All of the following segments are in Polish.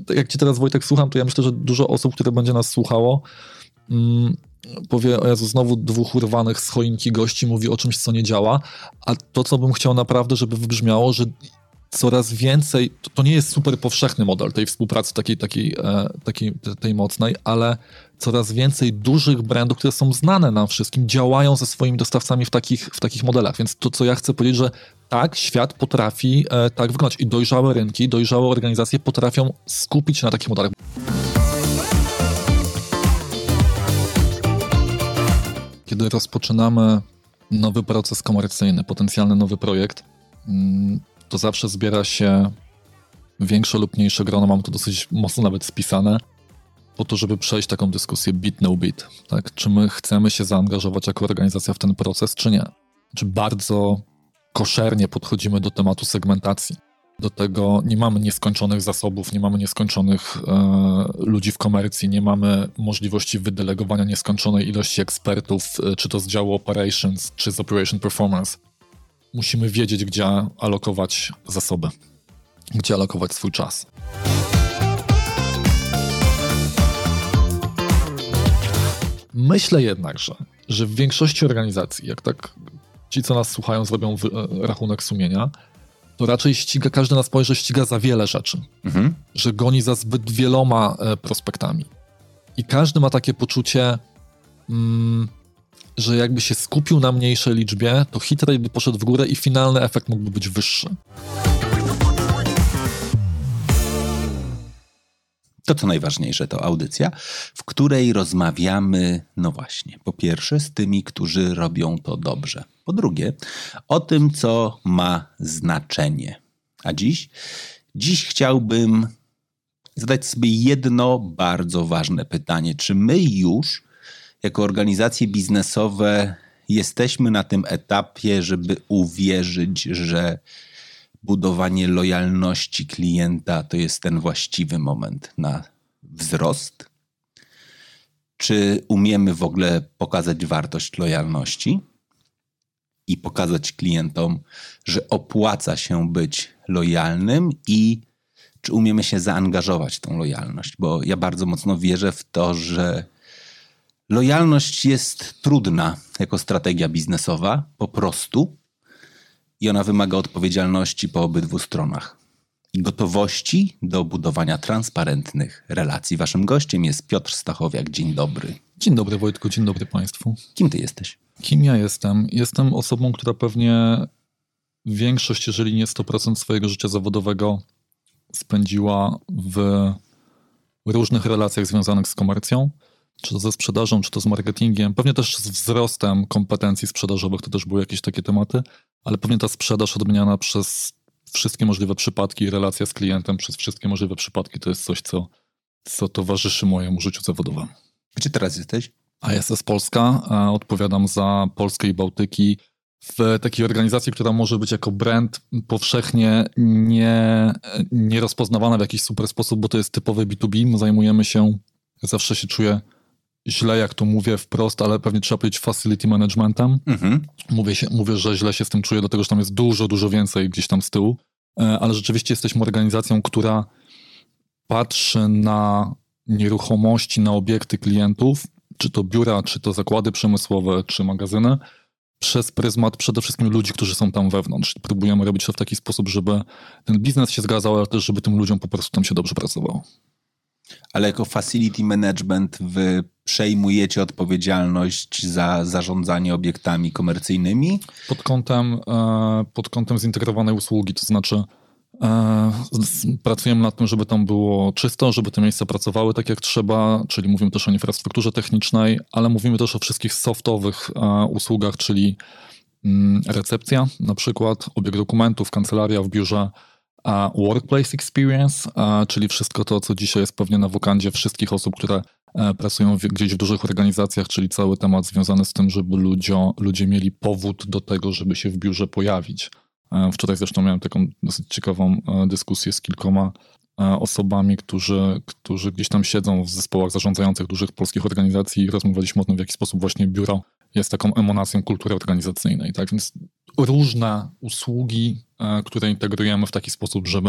jak cię teraz, Wojtek, słucham, to ja myślę, że dużo osób, które będzie nas słuchało, powie, o Jezu, znowu 2 urwanych z choinki gości mówi o czymś, co nie działa, a to, co bym chciał naprawdę, żeby wybrzmiało, że coraz więcej, to nie jest super powszechny model tej współpracy tej mocnej, ale coraz więcej dużych brandów, które są znane nam wszystkim, działają ze swoimi dostawcami w takich modelach. Więc to, co ja chcę powiedzieć, że tak, świat potrafi tak wyglądać i dojrzałe rynki, dojrzałe organizacje potrafią skupić się na takich modelach. Kiedy rozpoczynamy nowy proces komercyjny, potencjalny nowy projekt, to zawsze zbiera się większe lub mniejsze grono, mam to dosyć mocno nawet spisane, po to, żeby przejść taką dyskusję beat no beat, tak? Czy my chcemy się zaangażować jako organizacja w ten proces, czy nie? Czy bardzo koszernie podchodzimy do tematu segmentacji? Do tego nie mamy nieskończonych zasobów, nie mamy nieskończonych ludzi w komercji, nie mamy możliwości wydelegowania nieskończonej ilości ekspertów, czy to z działu operations, czy z operation performance. Musimy wiedzieć, gdzie alokować zasoby, gdzie alokować swój czas. Myślę jednakże, że w większości organizacji, jak tak ci, co nas słuchają, zrobią rachunek sumienia, to raczej każdy nas powie, że ściga za wiele rzeczy, że goni za zbyt wieloma prospektami. I każdy ma takie poczucie, że jakby się skupił na mniejszej liczbie, to hit rate by poszedł w górę i finalny efekt mógłby być wyższy. To, co najważniejsze, to audycja, w której rozmawiamy, no właśnie, po pierwsze z tymi, którzy robią to dobrze. Po drugie, o tym, co ma znaczenie. A dziś chciałbym zadać sobie jedno bardzo ważne pytanie. Czy my już, jako organizacje biznesowe, jesteśmy na tym etapie, żeby uwierzyć, że budowanie lojalności klienta to jest ten właściwy moment na wzrost? Czy umiemy w ogóle pokazać wartość lojalności i pokazać klientom, że opłaca się być lojalnym i czy umiemy się zaangażować w tą lojalność? Bo ja bardzo mocno wierzę w to, że lojalność jest trudna jako strategia biznesowa, po prostu. I ona wymaga odpowiedzialności po obydwu stronach i gotowości do budowania transparentnych relacji. Waszym gościem jest Piotr Stachowiak. Dzień dobry. Dzień dobry, Wojtku, dzień dobry Państwu. Kim ty jesteś? Kim ja jestem? Jestem osobą, która pewnie większość, jeżeli nie 100% swojego życia zawodowego spędziła w różnych relacjach związanych z komercją, czy to ze sprzedażą, czy to z marketingiem, pewnie też z wzrostem kompetencji sprzedażowych, to też były jakieś takie tematy, ale pewnie ta sprzedaż odmieniana przez wszystkie możliwe przypadki, relacja z klientem przez wszystkie możliwe przypadki, to jest coś, co towarzyszy mojemu życiu zawodowemu. Gdzie teraz jesteś? ASS Polska, odpowiadam za Polskę i Bałtyki w takiej organizacji, która może być jako brand powszechnie nie rozpoznawana w jakiś super sposób, bo to jest typowy B2B. My zajmujemy się, zawsze się czuję źle, jak to mówię wprost, ale pewnie trzeba powiedzieć facility managementem. Mówię, że źle się z tym czuję, dlatego że tam jest dużo więcej gdzieś tam z tyłu, ale rzeczywiście jesteśmy organizacją, która patrzy na nieruchomości, na obiekty klientów, czy to biura, czy to zakłady przemysłowe, czy magazyny, przez pryzmat przede wszystkim ludzi, którzy są tam wewnątrz. Próbujemy robić to w taki sposób, żeby ten biznes się zgadzał, ale też żeby tym ludziom po prostu tam się dobrze pracowało. Ale jako facility management wy przejmujecie odpowiedzialność za zarządzanie obiektami komercyjnymi? Pod kątem zintegrowanej usługi, to znaczy pracujemy nad tym, żeby tam było czysto, żeby te miejsca pracowały tak jak trzeba, czyli mówimy też o infrastrukturze technicznej, ale mówimy też o wszystkich softowych usługach, czyli recepcja na przykład, obieg dokumentów, kancelaria w biurze, workplace experience, czyli wszystko to, co dzisiaj jest pewnie na wokandzie wszystkich osób, które pracują gdzieś w dużych organizacjach, czyli cały temat związany z tym, żeby ludzie mieli powód do tego, żeby się w biurze pojawić. Wczoraj zresztą miałem taką dosyć ciekawą dyskusję z kilkoma osobami, którzy gdzieś tam siedzą w zespołach zarządzających dużych polskich organizacji i rozmawialiśmy o tym, w jaki sposób właśnie biuro jest taką emanacją kultury organizacyjnej. Tak? Więc różne usługi, które integrujemy w taki sposób, żeby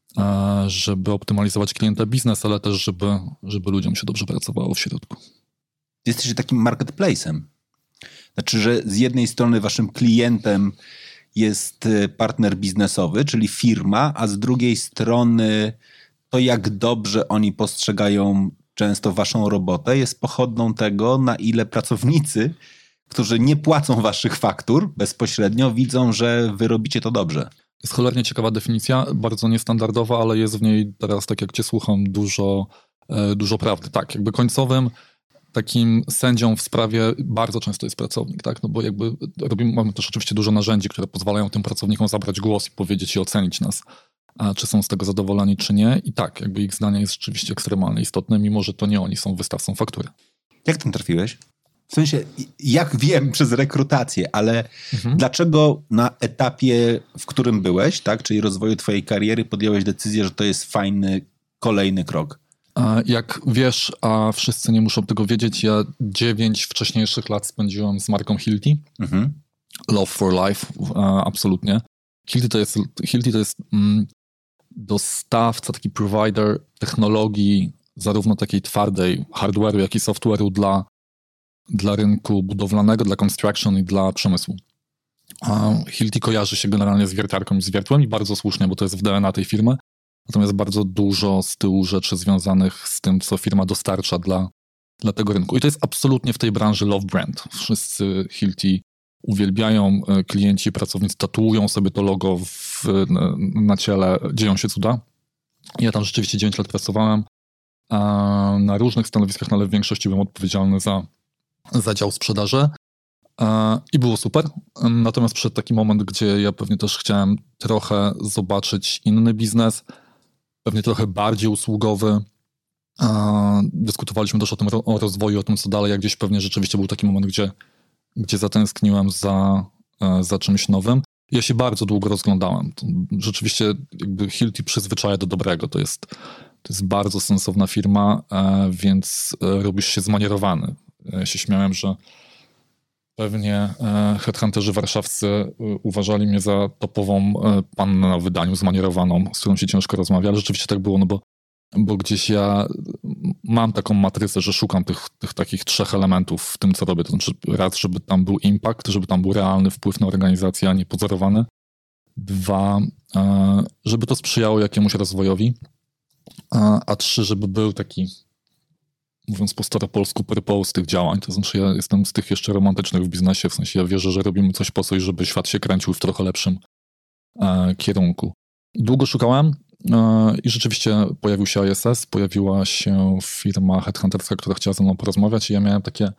żeby optymalizować klienta biznes, ale też żeby ludziom się dobrze pracowało w środku. Jesteście takim marketplace'em. Znaczy, że z jednej strony waszym klientem jest partner biznesowy, czyli firma, a z drugiej strony to, jak dobrze oni postrzegają często waszą robotę, jest pochodną tego, na ile pracownicy, którzy nie płacą waszych faktur bezpośrednio, widzą, że wy robicie to dobrze. Jest cholernie ciekawa definicja, bardzo niestandardowa, ale jest w niej teraz, tak jak cię słucham, dużo prawdy. Tak, jakby końcowym takim sędzią w sprawie bardzo często jest pracownik, tak? No bo jakby mamy też oczywiście dużo narzędzi, które pozwalają tym pracownikom zabrać głos i powiedzieć i ocenić nas, czy są z tego zadowoleni, czy nie. I tak, jakby ich zdanie jest rzeczywiście ekstremalnie istotne, mimo że to nie oni są wystawcą faktury. Jak tam trafiłeś? W sensie, jak wiem, przez rekrutację, ale dlaczego na etapie, w którym byłeś, tak, czyli rozwoju twojej kariery, podjąłeś decyzję, że to jest fajny kolejny krok? Jak wiesz, a wszyscy nie muszą tego wiedzieć, ja 9 wcześniejszych lat spędziłem z marką Hilti. Love for life, absolutnie. Hilti to jest dostawca, taki provider technologii, zarówno takiej twardej hardware'u, jak i software'u dla rynku budowlanego, dla construction i dla przemysłu. Hilti kojarzy się generalnie z wiertarką i z wiertłem i bardzo słusznie, bo to jest w DNA tej firmy. Natomiast bardzo dużo z tyłu rzeczy związanych z tym, co firma dostarcza dla tego rynku. I to jest absolutnie w tej branży love brand. Wszyscy Hilti uwielbiają, klienci, pracownicy tatuują sobie to logo na ciele, dzieją się cuda. Ja tam rzeczywiście 9 lat pracowałem na różnych stanowiskach, ale w większości byłem odpowiedzialny za dział sprzedaży. I było super. Natomiast przyszedł taki moment, gdzie ja pewnie też chciałem trochę zobaczyć inny biznes, pewnie trochę bardziej usługowy. Dyskutowaliśmy też o rozwoju, o tym, co dalej, jak gdzieś pewnie rzeczywiście był taki moment, gdzie zatęskniłem za czymś nowym. Ja się bardzo długo rozglądałem. Rzeczywiście jakby Hilti przyzwyczaja do dobrego. To jest bardzo sensowna firma, więc robisz się zmanierowany. Ja się śmiałem, że pewnie headhunterzy warszawscy uważali mnie za topową pannę na wydaniu, zmanierowaną, z którą się ciężko rozmawia, ale rzeczywiście tak było, no bo gdzieś ja mam taką matrycę, że szukam tych takich 3 elementów w tym, co robię. To znaczy raz, żeby tam był impact, żeby tam był realny wpływ na organizację, a nie pozorowany. 2, żeby to sprzyjało jakiemuś rozwojowi. A 3, żeby był taki, mówiąc po staropolsku, purpose tych działań. To znaczy ja jestem z tych jeszcze romantycznych w biznesie, w sensie ja wierzę, że robimy coś po coś, żeby świat się kręcił w trochę lepszym kierunku. Długo szukałem i rzeczywiście pojawił się ISS, pojawiła się firma headhunterska, która chciała ze mną porozmawiać i ja miałem takie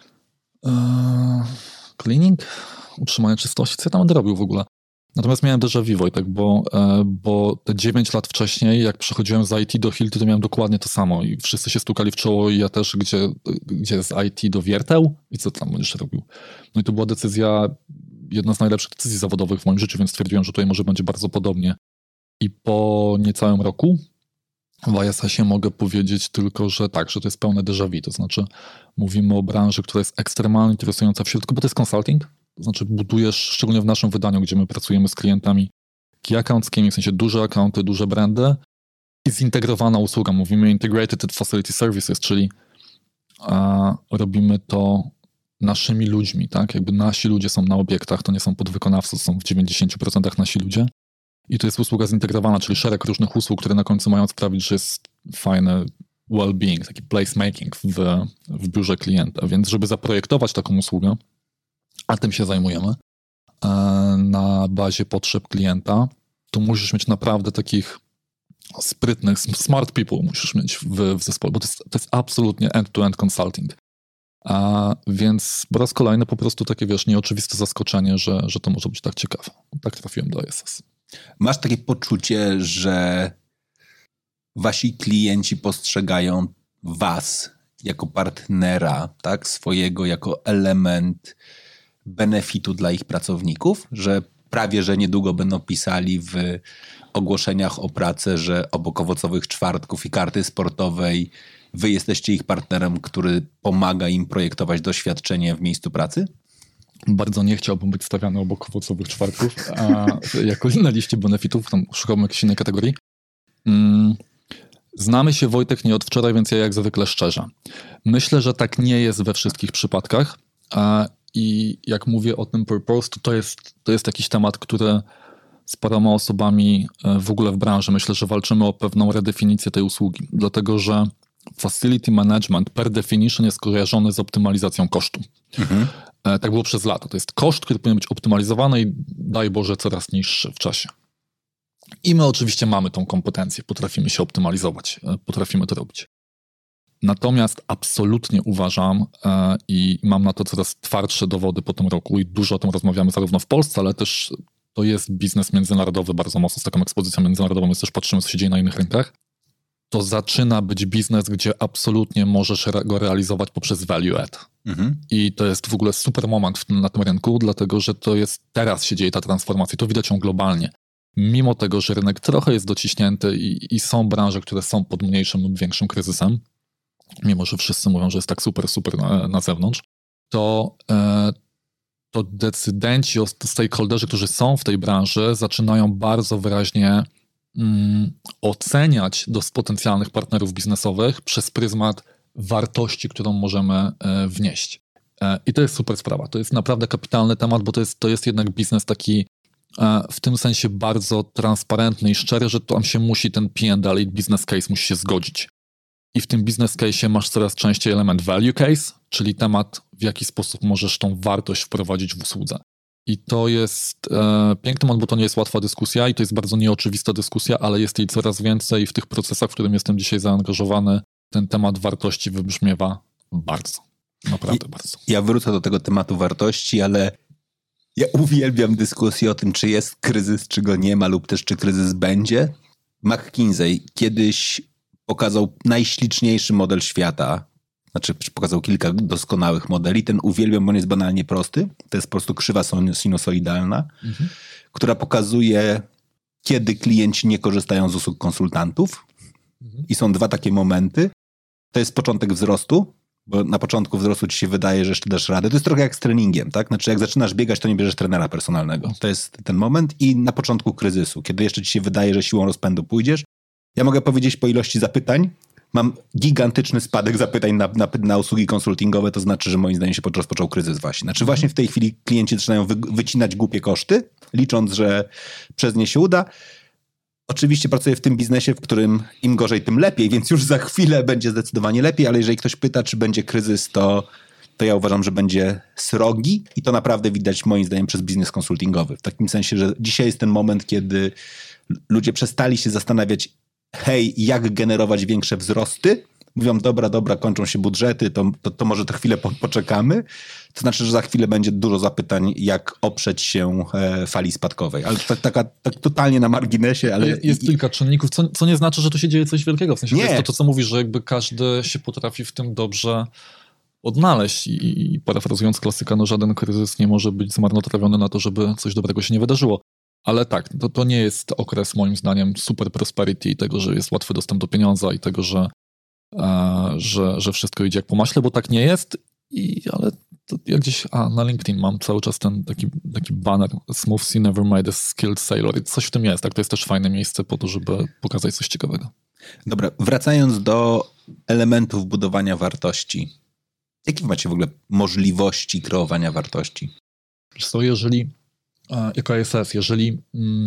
cleaning, utrzymanie czystości, co ja tam będę robił w ogóle. Natomiast miałem déjà vu, Wojtek, bo te 9 lat wcześniej, jak przechodziłem z IT do Hilti, to miałem dokładnie to samo i wszyscy się stukali w czoło i ja też, gdzie z IT do wierteł i co tam będziesz robił. No i to była decyzja, jedna z najlepszych decyzji zawodowych w moim życiu, więc stwierdziłem, że tutaj może będzie bardzo podobnie. I po niecałym roku w ISS-ie mogę powiedzieć tylko, że tak, że to jest pełne déjà vu, to znaczy mówimy o branży, która jest ekstremalnie interesująca w środku, bo to jest consulting. To znaczy budujesz, szczególnie w naszym wydaniu, gdzie my pracujemy z klientami key accountskimi, w sensie duże accounty, duże brandy i zintegrowana usługa. Mówimy Integrated Facility Services, czyli robimy to naszymi ludźmi, tak? Jakby nasi ludzie są na obiektach, to nie są podwykonawcy, to są w 90% nasi ludzie. I to jest usługa zintegrowana, czyli szereg różnych usług, które na końcu mają sprawić, że jest fajny well-being, taki placemaking w biurze klienta. Więc żeby zaprojektować taką usługę, a tym się zajmujemy, na bazie potrzeb klienta, to musisz mieć naprawdę takich sprytnych, smart people musisz mieć w zespole, bo to jest absolutnie end-to-end consulting. Więc po raz kolejny po prostu takie, wiesz, nieoczywiste zaskoczenie, że to może być tak ciekawe. Tak trafiłem do ISS. Masz takie poczucie, że wasi klienci postrzegają was jako partnera, tak, swojego, jako element benefitu dla ich pracowników, że prawie, że niedługo będą pisali w ogłoszeniach o pracę, że obok owocowych czwartków i karty sportowej wy jesteście ich partnerem, który pomaga im projektować doświadczenie w miejscu pracy? Bardzo nie chciałbym być stawiany obok owocowych czwartków, a jako na liście benefitów, tam szukam jakiejś innej kategorii. Znamy się, Wojtek, nie od wczoraj, więc ja jak zwykle szczerze. Myślę, że tak nie jest we wszystkich przypadkach i jak mówię o tym purpose, to jest jakiś temat, który z paroma osobami w ogóle w branży myślę, że walczymy o pewną redefinicję tej usługi, dlatego że facility management per definition jest kojarzony z optymalizacją kosztu. Tak było przez lata. To jest koszt, który powinien być optymalizowany i daj Boże coraz niższy w czasie. I my oczywiście mamy tą kompetencję, potrafimy się optymalizować, potrafimy to robić. Natomiast absolutnie uważam i mam na to coraz twardsze dowody po tym roku i dużo o tym rozmawiamy zarówno w Polsce, ale też to jest biznes międzynarodowy bardzo mocno z taką ekspozycją międzynarodową, więc też patrzymy, co się dzieje na innych rynkach. To zaczyna być biznes, gdzie absolutnie możesz go realizować poprzez value add. I to jest w ogóle super moment na tym rynku, dlatego że to jest, teraz się dzieje ta transformacja, to widać ją globalnie. Mimo tego, że rynek trochę jest dociśnięty i są branże, które są pod mniejszym lub większym kryzysem, mimo że wszyscy mówią, że jest tak super na zewnątrz, to decydenci, stakeholderzy, którzy są w tej branży, zaczynają bardzo wyraźnie oceniać potencjalnych partnerów biznesowych przez pryzmat wartości, którą możemy wnieść. I to jest super sprawa. To jest naprawdę kapitalny temat, bo to jest jednak biznes taki w tym sensie bardzo transparentny i szczery, że tam się musi ten P&L i business case musi się zgodzić. I w tym business case masz coraz częściej element value case, czyli temat, w jaki sposób możesz tą wartość wprowadzić w usłudze. I to jest piękny moment, bo to nie jest łatwa dyskusja i to jest bardzo nieoczywista dyskusja, ale jest jej coraz więcej w tych procesach, w którym jestem dzisiaj zaangażowany. Ten temat wartości wybrzmiewa bardzo, naprawdę bardzo. Ja wrócę do tego tematu wartości, ale ja uwielbiam dyskusję o tym, czy jest kryzys, czy go nie ma, lub też czy kryzys będzie. McKinsey kiedyś pokazał najśliczniejszy model świata, znaczy pokazał kilka doskonałych modeli. Ten uwielbiam, bo on jest banalnie prosty. To jest po prostu krzywa sinusoidalna, która pokazuje, kiedy klienci nie korzystają z usług konsultantów. I są dwa takie momenty. To jest początek wzrostu, bo na początku wzrostu ci się wydaje, że jeszcze dasz radę. To jest trochę jak z treningiem, tak? Znaczy jak zaczynasz biegać, to nie bierzesz trenera personalnego. To jest ten moment. I na początku kryzysu, kiedy jeszcze ci się wydaje, że siłą rozpędu pójdziesz. Ja mogę powiedzieć po ilości zapytań, mam gigantyczny spadek zapytań na usługi konsultingowe, to znaczy, że moim zdaniem się rozpoczął kryzys właśnie. Znaczy właśnie w tej chwili klienci zaczynają wycinać głupie koszty, licząc, że przez nie się uda. Oczywiście pracuję w tym biznesie, w którym im gorzej, tym lepiej, więc już za chwilę będzie zdecydowanie lepiej, ale jeżeli ktoś pyta, czy będzie kryzys, to ja uważam, że będzie srogi i to naprawdę widać moim zdaniem przez biznes konsultingowy. W takim sensie, że dzisiaj jest ten moment, kiedy ludzie przestali się zastanawiać, hej, jak generować większe wzrosty? Mówią, dobra, kończą się budżety, to może to chwilę poczekamy. To znaczy, że za chwilę będzie dużo zapytań, jak oprzeć się fali spadkowej. Ale tak totalnie na marginesie. Ale jest kilka czynników, co nie znaczy, że tu się dzieje coś wielkiego. W sensie nie. To jest to, co mówisz, że jakby każdy się potrafi w tym dobrze odnaleźć i parafrazując klasyka, no żaden kryzys nie może być zmarnotrawiony na to, żeby coś dobrego się nie wydarzyło. Ale tak, to nie jest okres moim zdaniem super prosperity, tego, że jest łatwy dostęp do pieniądza i tego, że wszystko idzie jak po maśle, bo tak nie jest. Ale to ja gdzieś na LinkedIn mam cały czas ten taki banner Smooth Sea never made a skilled sailor. I coś w tym jest, tak? To jest też fajne miejsce po to, żeby pokazać coś ciekawego. Dobra, wracając do elementów budowania wartości. Jakie macie w ogóle możliwości kreowania wartości? Jeżeli jako ISS, jeżeli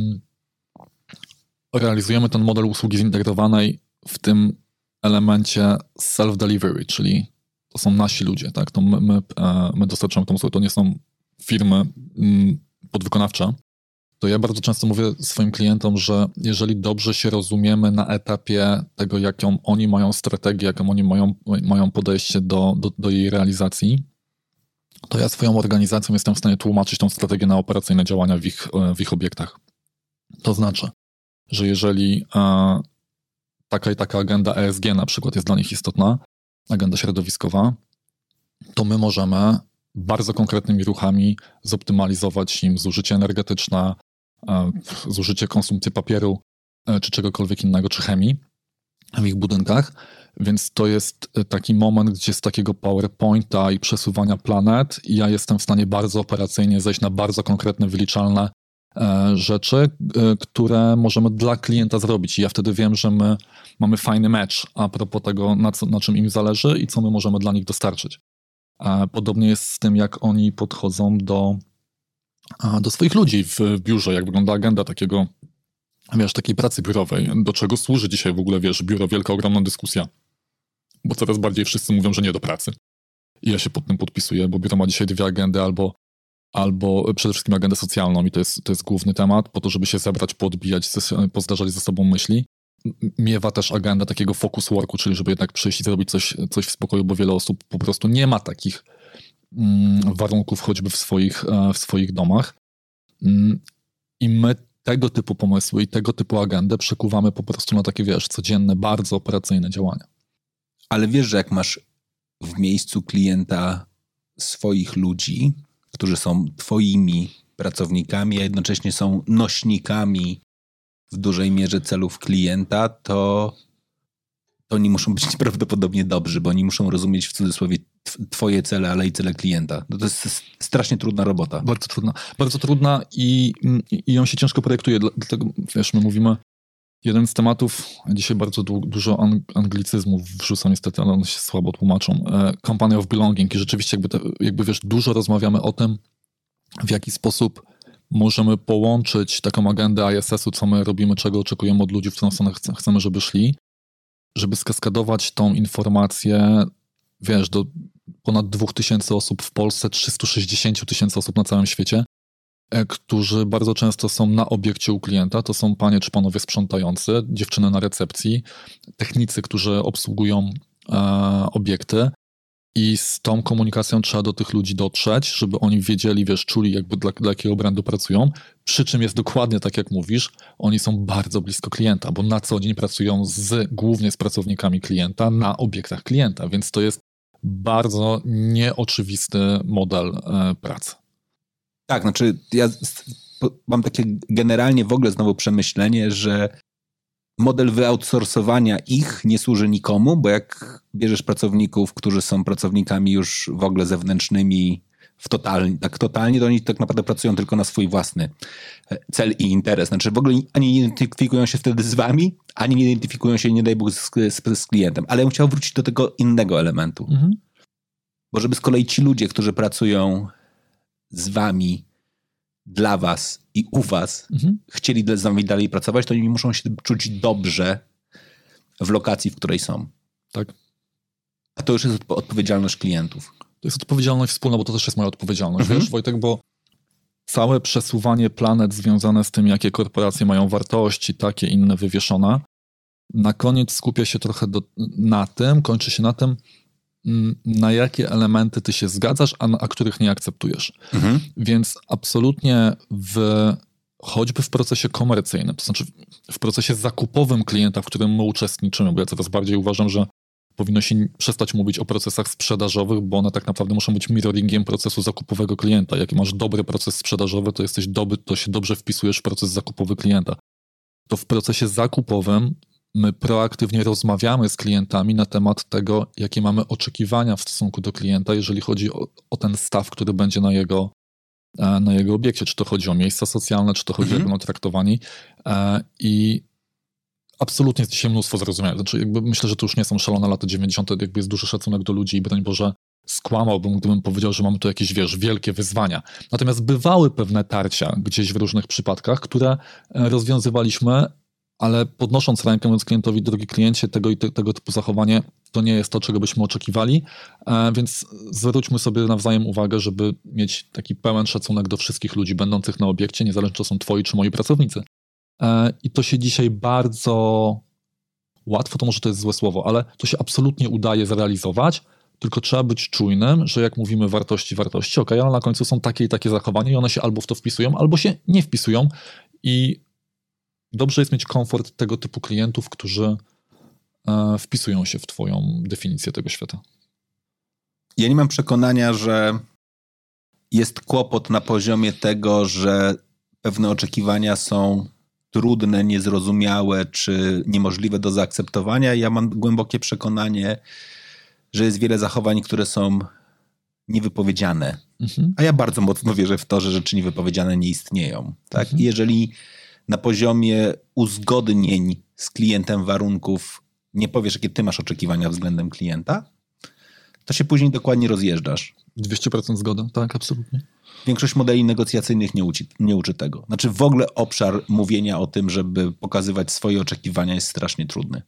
realizujemy ten model usługi zintegrowanej w tym elemencie self-delivery, czyli to są nasi ludzie, tak? To my dostarczamy tą usługę, to nie są firmy podwykonawcze, to ja bardzo często mówię swoim klientom, że jeżeli dobrze się rozumiemy na etapie tego, jaką oni mają strategię, jaką oni mają podejście do jej realizacji, to ja swoją organizacją jestem w stanie tłumaczyć tą strategię na operacyjne działania w ich obiektach. To znaczy, że jeżeli taka i taka agenda ESG na przykład jest dla nich istotna, agenda środowiskowa, to my możemy bardzo konkretnymi ruchami zoptymalizować im zużycie energetyczne, zużycie konsumpcji papieru, czy czegokolwiek innego, czy chemii w ich budynkach. Więc to jest taki moment, gdzie z takiego PowerPointa i przesuwania planet ja jestem w stanie bardzo operacyjnie zejść na bardzo konkretne, wyliczalne rzeczy, które możemy dla klienta zrobić. I ja wtedy wiem, że my mamy fajny match a propos tego, na czym im zależy i co my możemy dla nich dostarczyć. Podobnie jest z tym, jak oni podchodzą do swoich ludzi w biurze, jak wygląda agenda takiego, takiej pracy biurowej. Do czego służy dzisiaj w ogóle, biuro, wielka, ogromna dyskusja. Bo coraz bardziej wszyscy mówią, że nie do pracy. I ja się pod tym podpisuję, bo biuro ma dzisiaj 2 agendy albo przede wszystkim agendę socjalną i to jest główny temat, po to, żeby się zebrać, poodbijać, pozdarzać ze sobą myśli. Miewa też agenda takiego focus worku, czyli żeby jednak przyjść i zrobić coś w spokoju, bo wiele osób po prostu nie ma takich warunków choćby w swoich domach. I my tego typu pomysły i tego typu agendę przekuwamy po prostu na takie, codzienne, bardzo operacyjne działania. Ale wiesz, że jak masz w miejscu klienta swoich ludzi, którzy są twoimi pracownikami, a jednocześnie są nośnikami w dużej mierze celów klienta, to oni muszą być prawdopodobnie dobrzy, bo oni muszą rozumieć w cudzysłowie twoje cele, ale i cele klienta. No to jest strasznie trudna robota. Bardzo trudna i ją się ciężko projektuje. Dlatego, my mówimy, jeden z tematów, dzisiaj bardzo dużo anglicyzmów wrzucam niestety, ale one się słabo tłumaczą. Company of Belonging i rzeczywiście dużo rozmawiamy o tym, w jaki sposób możemy połączyć taką agendę ISS-u, co my robimy, czego oczekujemy od ludzi, w którą stronę chcemy, żeby szli, żeby skaskadować tą informację, do ponad 2000 osób w Polsce, 360 000 osób na całym świecie, którzy bardzo często są na obiekcie u klienta. To są panie czy panowie sprzątający, dziewczyny na recepcji, technicy, którzy obsługują obiekty i z tą komunikacją trzeba do tych ludzi dotrzeć, żeby oni wiedzieli, czuli dla jakiego brandu pracują. Przy czym jest dokładnie tak, jak mówisz, oni są bardzo blisko klienta, bo na co dzień pracują głównie z pracownikami klienta na obiektach klienta, więc to jest bardzo nieoczywisty model pracy. Tak, znaczy ja mam takie generalnie w ogóle znowu przemyślenie, że model wyoutsourcowania ich nie służy nikomu, bo jak bierzesz pracowników, którzy są pracownikami już w ogóle zewnętrznymi, totalnie, to oni tak naprawdę pracują tylko na swój własny cel i interes. Znaczy w ogóle ani nie identyfikują się wtedy z wami, ani nie identyfikują się, nie daj Bóg, z klientem. Ale ja bym chciał wrócić do tego innego elementu. Mhm. Bo żeby z kolei ci ludzie, którzy pracują z wami, dla was i u was, chcieli z nami dalej pracować, to oni muszą się czuć dobrze w lokacji, w której są. Tak. A to już jest odpowiedzialność klientów. To jest odpowiedzialność wspólna, bo to też jest moja odpowiedzialność, Wojtek, bo całe przesuwanie planet związane z tym, jakie korporacje mają wartości, takie inne wywieszone, na koniec skupia się trochę kończy się na tym, na jakie elementy ty się zgadzasz, a których nie akceptujesz. Więc absolutnie choćby w procesie komercyjnym, to znaczy w procesie zakupowym klienta, w którym my uczestniczymy, bo ja coraz bardziej uważam, że powinno się przestać mówić o procesach sprzedażowych, bo one tak naprawdę muszą być mirroringiem procesu zakupowego klienta. Jak masz dobry proces sprzedażowy, to jesteś to się dobrze wpisujesz w proces zakupowy klienta. To w procesie zakupowym my proaktywnie rozmawiamy z klientami na temat tego, jakie mamy oczekiwania w stosunku do klienta, jeżeli chodzi o ten staw, który będzie na jego obiekcie. Czy to chodzi o miejsca socjalne, czy to chodzi o jak będą traktowani. I absolutnie jest dzisiaj mnóstwo zrozumiałych. Znaczy myślę, że to już nie są szalone lata 90. Jest duży szacunek do ludzi i broń Boże skłamałbym, gdybym powiedział, że mamy tu jakieś, wielkie wyzwania. Natomiast bywały pewne tarcia gdzieś w różnych przypadkach, które rozwiązywaliśmy, ale podnosząc rękę, mówiąc klientowi, drogi kliencie, tego typu zachowanie to nie jest to, czego byśmy oczekiwali, więc zwróćmy sobie nawzajem uwagę, żeby mieć taki pełen szacunek do wszystkich ludzi będących na obiekcie, niezależnie czy to są twoi czy moi pracownicy. I to się dzisiaj bardzo łatwo, to może to jest złe słowo, ale to się absolutnie udaje zrealizować, tylko trzeba być czujnym, że jak mówimy wartości, ale na końcu są takie i takie zachowania i one się albo w to wpisują, albo się nie wpisują i dobrze jest mieć komfort tego typu klientów, którzy wpisują się w twoją definicję tego świata. Ja nie mam przekonania, że jest kłopot na poziomie tego, że pewne oczekiwania są trudne, niezrozumiałe czy niemożliwe do zaakceptowania. Ja mam głębokie przekonanie, że jest wiele zachowań, które są niewypowiedziane. A ja bardzo mocno wierzę w to, że rzeczy niewypowiedziane nie istnieją. Tak? I jeżeli na poziomie uzgodnień z klientem warunków nie powiesz, jakie ty masz oczekiwania względem klienta, to się później dokładnie rozjeżdżasz. 200% zgoda, tak, absolutnie. Większość modeli negocjacyjnych nie uczy tego. Znaczy w ogóle obszar mówienia o tym, żeby pokazywać swoje oczekiwania jest strasznie trudny.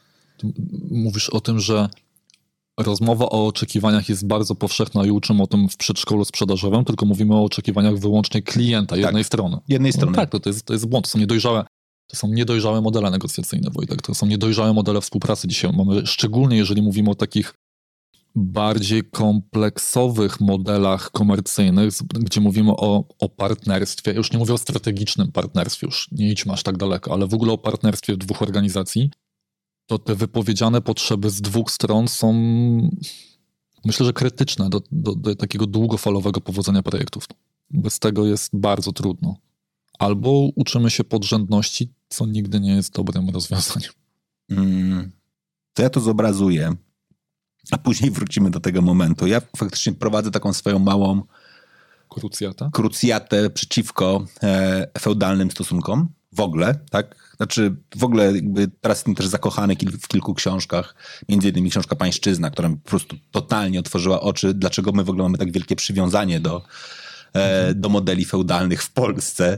Mówisz o tym, że rozmowa o oczekiwaniach jest bardzo powszechna i uczymy o tym w przedszkolu sprzedażowym, tylko mówimy o oczekiwaniach wyłącznie klienta, jednej strony. Jednej strony. No tak, to jest błąd. To są niedojrzałe modele negocjacyjne, Wojtek. To są niedojrzałe modele współpracy dzisiaj. Mamy, szczególnie jeżeli mówimy o takich bardziej kompleksowych modelach komercyjnych, gdzie mówimy o partnerstwie. Już nie mówię o strategicznym partnerstwie, już nie idźmy aż tak daleko, ale w ogóle o partnerstwie dwóch organizacji, to te wypowiedziane potrzeby z dwóch stron są, myślę, że krytyczne do takiego długofalowego powodzenia projektów. Bez tego jest bardzo trudno. Albo uczymy się podrzędności, co nigdy nie jest dobrym rozwiązaniem. To ja to zobrazuję, a później wrócimy do tego momentu. Ja faktycznie prowadzę taką swoją małą krucjatę przeciwko feudalnym stosunkom. W ogóle, tak? Znaczy w ogóle jakby teraz jestem też zakochany w kilku książkach, między innymi książka Pańszczyzna, która mi po prostu totalnie otworzyła oczy, dlaczego my w ogóle mamy tak wielkie przywiązanie do modeli feudalnych w Polsce.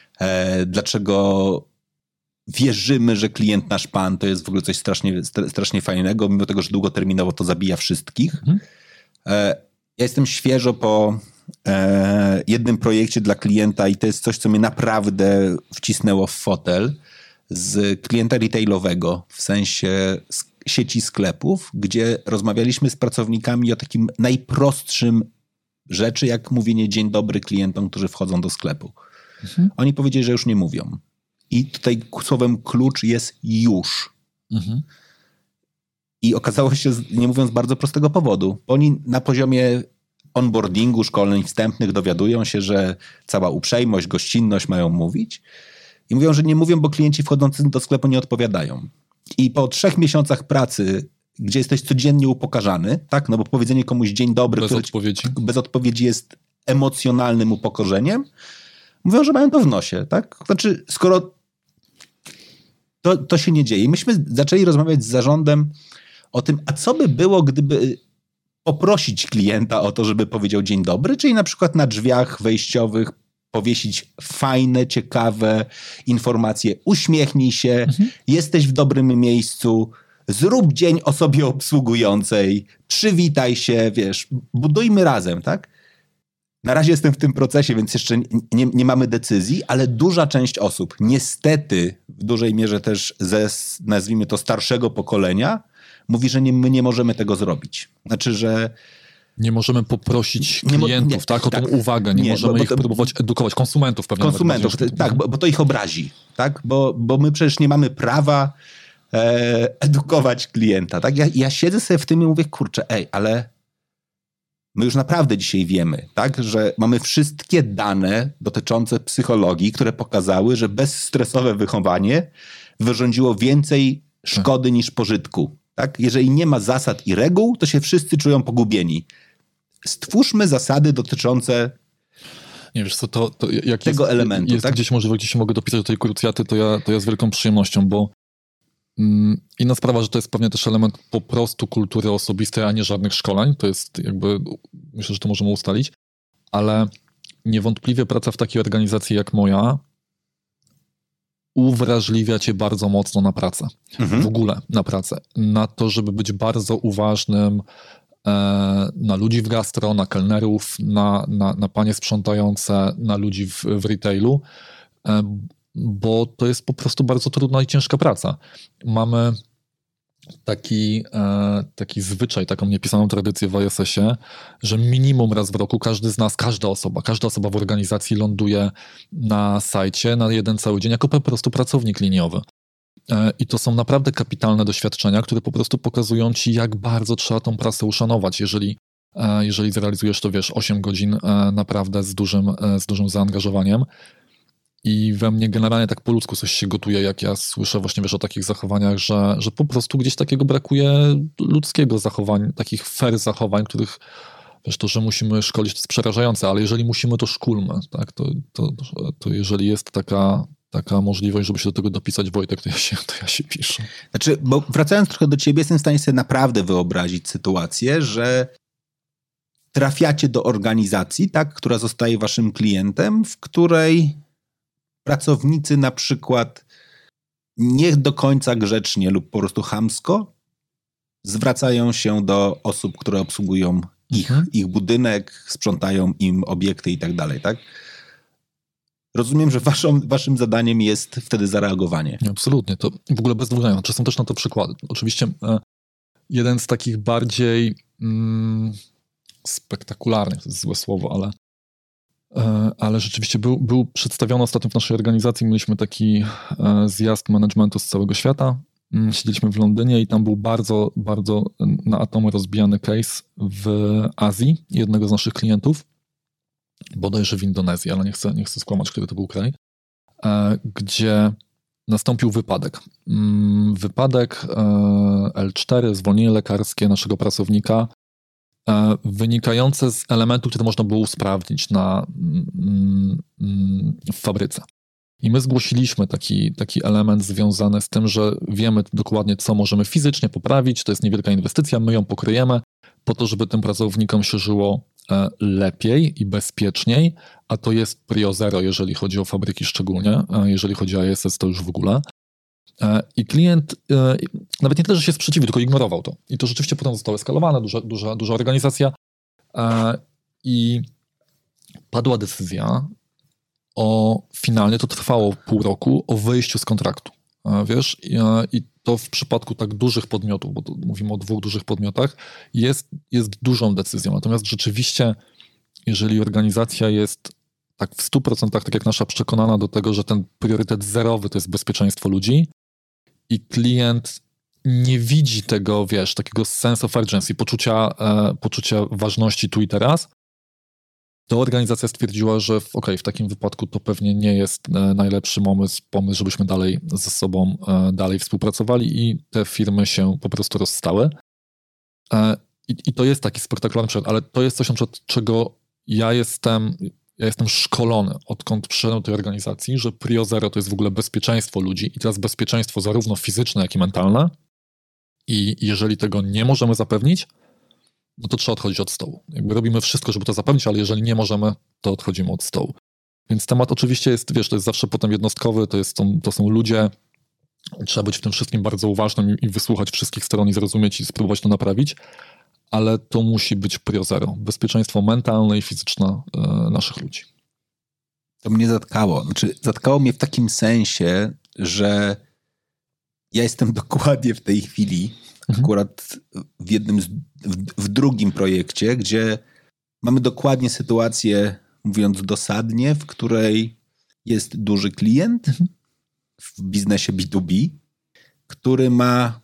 Dlaczego wierzymy, że klient nasz pan to jest w ogóle coś strasznie fajnego, mimo tego, że długoterminowo to zabija wszystkich. Ja jestem świeżo po jednym projekcie dla klienta i to jest coś, co mnie naprawdę wcisnęło w fotel, z klienta retailowego, w sensie sieci sklepów, gdzie rozmawialiśmy z pracownikami o takim najprostszym rzeczy, jak mówienie dzień dobry klientom, którzy wchodzą do sklepu. Oni powiedzieli, że już nie mówią. I tutaj słowem klucz jest już. I okazało się, nie mówiąc, bardzo prostego powodu. Oni na poziomie onboardingu, szkoleń wstępnych dowiadują się, że cała uprzejmość, gościnność mają mówić. I mówią, że nie mówią, bo klienci wchodzący do sklepu nie odpowiadają. I po 3 miesiącach pracy, gdzie jesteś codziennie upokarzany, tak? No bo powiedzenie komuś dzień dobry, bez odpowiedzi jest emocjonalnym upokorzeniem, mówią, że mają to w nosie, tak? Znaczy, skoro to się nie dzieje. Myśmy zaczęli rozmawiać z zarządem o tym, a co by było, gdyby poprosić klienta o to, żeby powiedział dzień dobry, czyli na przykład na drzwiach wejściowych powiesić fajne, ciekawe informacje. Uśmiechnij się, jesteś w dobrym miejscu, zrób dzień osobie obsługującej, przywitaj się, wiesz, budujmy razem, tak? Na razie jestem w tym procesie, więc jeszcze nie mamy decyzji, ale duża część osób, niestety w dużej mierze też ze, nazwijmy to, starszego pokolenia, mówi, że my nie możemy tego zrobić. Znaczy, że nie możemy poprosić klientów, tak? O tą uwagę. Nie możemy ich próbować edukować. Konsumentów pewnie. Konsumentów, tak, bo to ich obrazi. Tak? Bo my przecież nie mamy prawa edukować klienta. Tak? Ja siedzę sobie w tym i mówię, kurczę, ale my już naprawdę dzisiaj wiemy, tak? Że mamy wszystkie dane dotyczące psychologii, które pokazały, że bezstresowe wychowanie wyrządziło więcej szkody niż pożytku. Tak? Jeżeli nie ma zasad i reguł, to się wszyscy czują pogubieni. Stwórzmy zasady dotyczące nie wiesz co, to jak tego elementu. Jest tak? gdzieś się mogę dopisać do tej krucjaty, to ja z wielką przyjemnością, bo inna sprawa, że to jest pewnie też element po prostu kultury osobistej, a nie żadnych szkoleń. To jest jakby, myślę, że to możemy ustalić, ale niewątpliwie praca w takiej organizacji jak moja uwrażliwia cię bardzo mocno na pracę. W ogóle na pracę. Na to, żeby być bardzo uważnym na ludzi w gastro, na kelnerów, na panie sprzątające, na ludzi w retailu, bo to jest po prostu bardzo trudna i ciężka praca. Mamy taki zwyczaj, taką niepisaną tradycję w ISS-ie, że minimum raz w roku każdy z nas, każda osoba w organizacji ląduje na sajcie na jeden cały dzień jako po prostu pracownik liniowy. I to są naprawdę kapitalne doświadczenia, które po prostu pokazują ci, jak bardzo trzeba tą pracę uszanować, jeżeli zrealizujesz to, 8 godzin naprawdę z dużym zaangażowaniem. I we mnie generalnie tak po ludzku coś się gotuje, jak ja słyszę właśnie, o takich zachowaniach, że po prostu gdzieś takiego brakuje ludzkiego zachowań, takich fair zachowań, których Wiesz, to, że musimy szkolić, to jest przerażające, ale jeżeli musimy, to szkolmy, tak? To jeżeli jest taka możliwość, żeby się do tego dopisać, Wojtek, to ja się piszę. Znaczy, bo wracając trochę do ciebie, jestem w stanie sobie naprawdę wyobrazić sytuację, że trafiacie do organizacji, tak, która zostaje waszym klientem, w której pracownicy na przykład nie do końca grzecznie lub po prostu chamsko zwracają się do osób, które obsługują ich budynek, sprzątają im obiekty i tak dalej, tak? Rozumiem, że waszym zadaniem jest wtedy zareagowanie. Absolutnie, to w ogóle bez dwóch. Czy są też na to przykłady? Oczywiście jeden z takich bardziej spektakularnych, to jest złe słowo, ale rzeczywiście był przedstawiony ostatnio w naszej organizacji. Mieliśmy taki zjazd managementu z całego świata. Siedzieliśmy w Londynie i tam był bardzo, bardzo na atomy rozbijany case w Azji jednego z naszych klientów, bodajże w Indonezji, ale nie chcę skłamać, który to był kraj, gdzie nastąpił wypadek. Wypadek L4, zwolnienie lekarskie naszego pracownika, wynikające z elementów, które można było usprawnić w fabryce. I my zgłosiliśmy taki element związany z tym, że wiemy dokładnie, co możemy fizycznie poprawić, to jest niewielka inwestycja, my ją pokryjemy po to, żeby tym pracownikom się żyło lepiej i bezpieczniej, a to jest prio zero, jeżeli chodzi o fabryki szczególnie, jeżeli chodzi o ISS, to już w ogóle. I klient nawet nie tyle, że się sprzeciwił, tylko ignorował to. I to rzeczywiście potem zostało eskalowane, duża organizacja i padła decyzja finalnie to trwało pół roku, o wyjściu z kontraktu. Wiesz, i to w przypadku tak dużych podmiotów, bo to mówimy o 2 dużych podmiotach, jest dużą decyzją. Natomiast rzeczywiście, jeżeli organizacja jest tak w 100%, tak jak nasza, przekonana do tego, że ten priorytet zerowy to jest bezpieczeństwo ludzi i klient nie widzi tego, wiesz, takiego sense of urgency, poczucia ważności tu i teraz, to organizacja stwierdziła, że w takim wypadku to pewnie nie jest najlepszy pomysł, żebyśmy dalej ze sobą współpracowali i te firmy się po prostu rozstały. I to jest taki spektakularny przykład, ale to jest coś, na przykład, czego ja jestem szkolony, odkąd przyszedłem do tej organizacji, że prio zero to jest w ogóle bezpieczeństwo ludzi i teraz bezpieczeństwo zarówno fizyczne, jak i mentalne. I jeżeli tego nie możemy zapewnić, no to trzeba odchodzić od stołu. Jakby robimy wszystko, żeby to zapewnić, ale jeżeli nie możemy, to odchodzimy od stołu. Więc temat oczywiście jest, wiesz, to jest zawsze potem jednostkowy, to są ludzie, trzeba być w tym wszystkim bardzo uważnym i wysłuchać wszystkich stron i zrozumieć i spróbować to naprawić, ale to musi być prio zero. Bezpieczeństwo mentalne i fizyczne naszych ludzi. To mnie zatkało. Zatkało mnie w takim sensie, że ja jestem dokładnie w tej chwili akurat w drugim projekcie, gdzie mamy dokładnie sytuację, mówiąc dosadnie, w której jest duży klient w biznesie B2B, który ma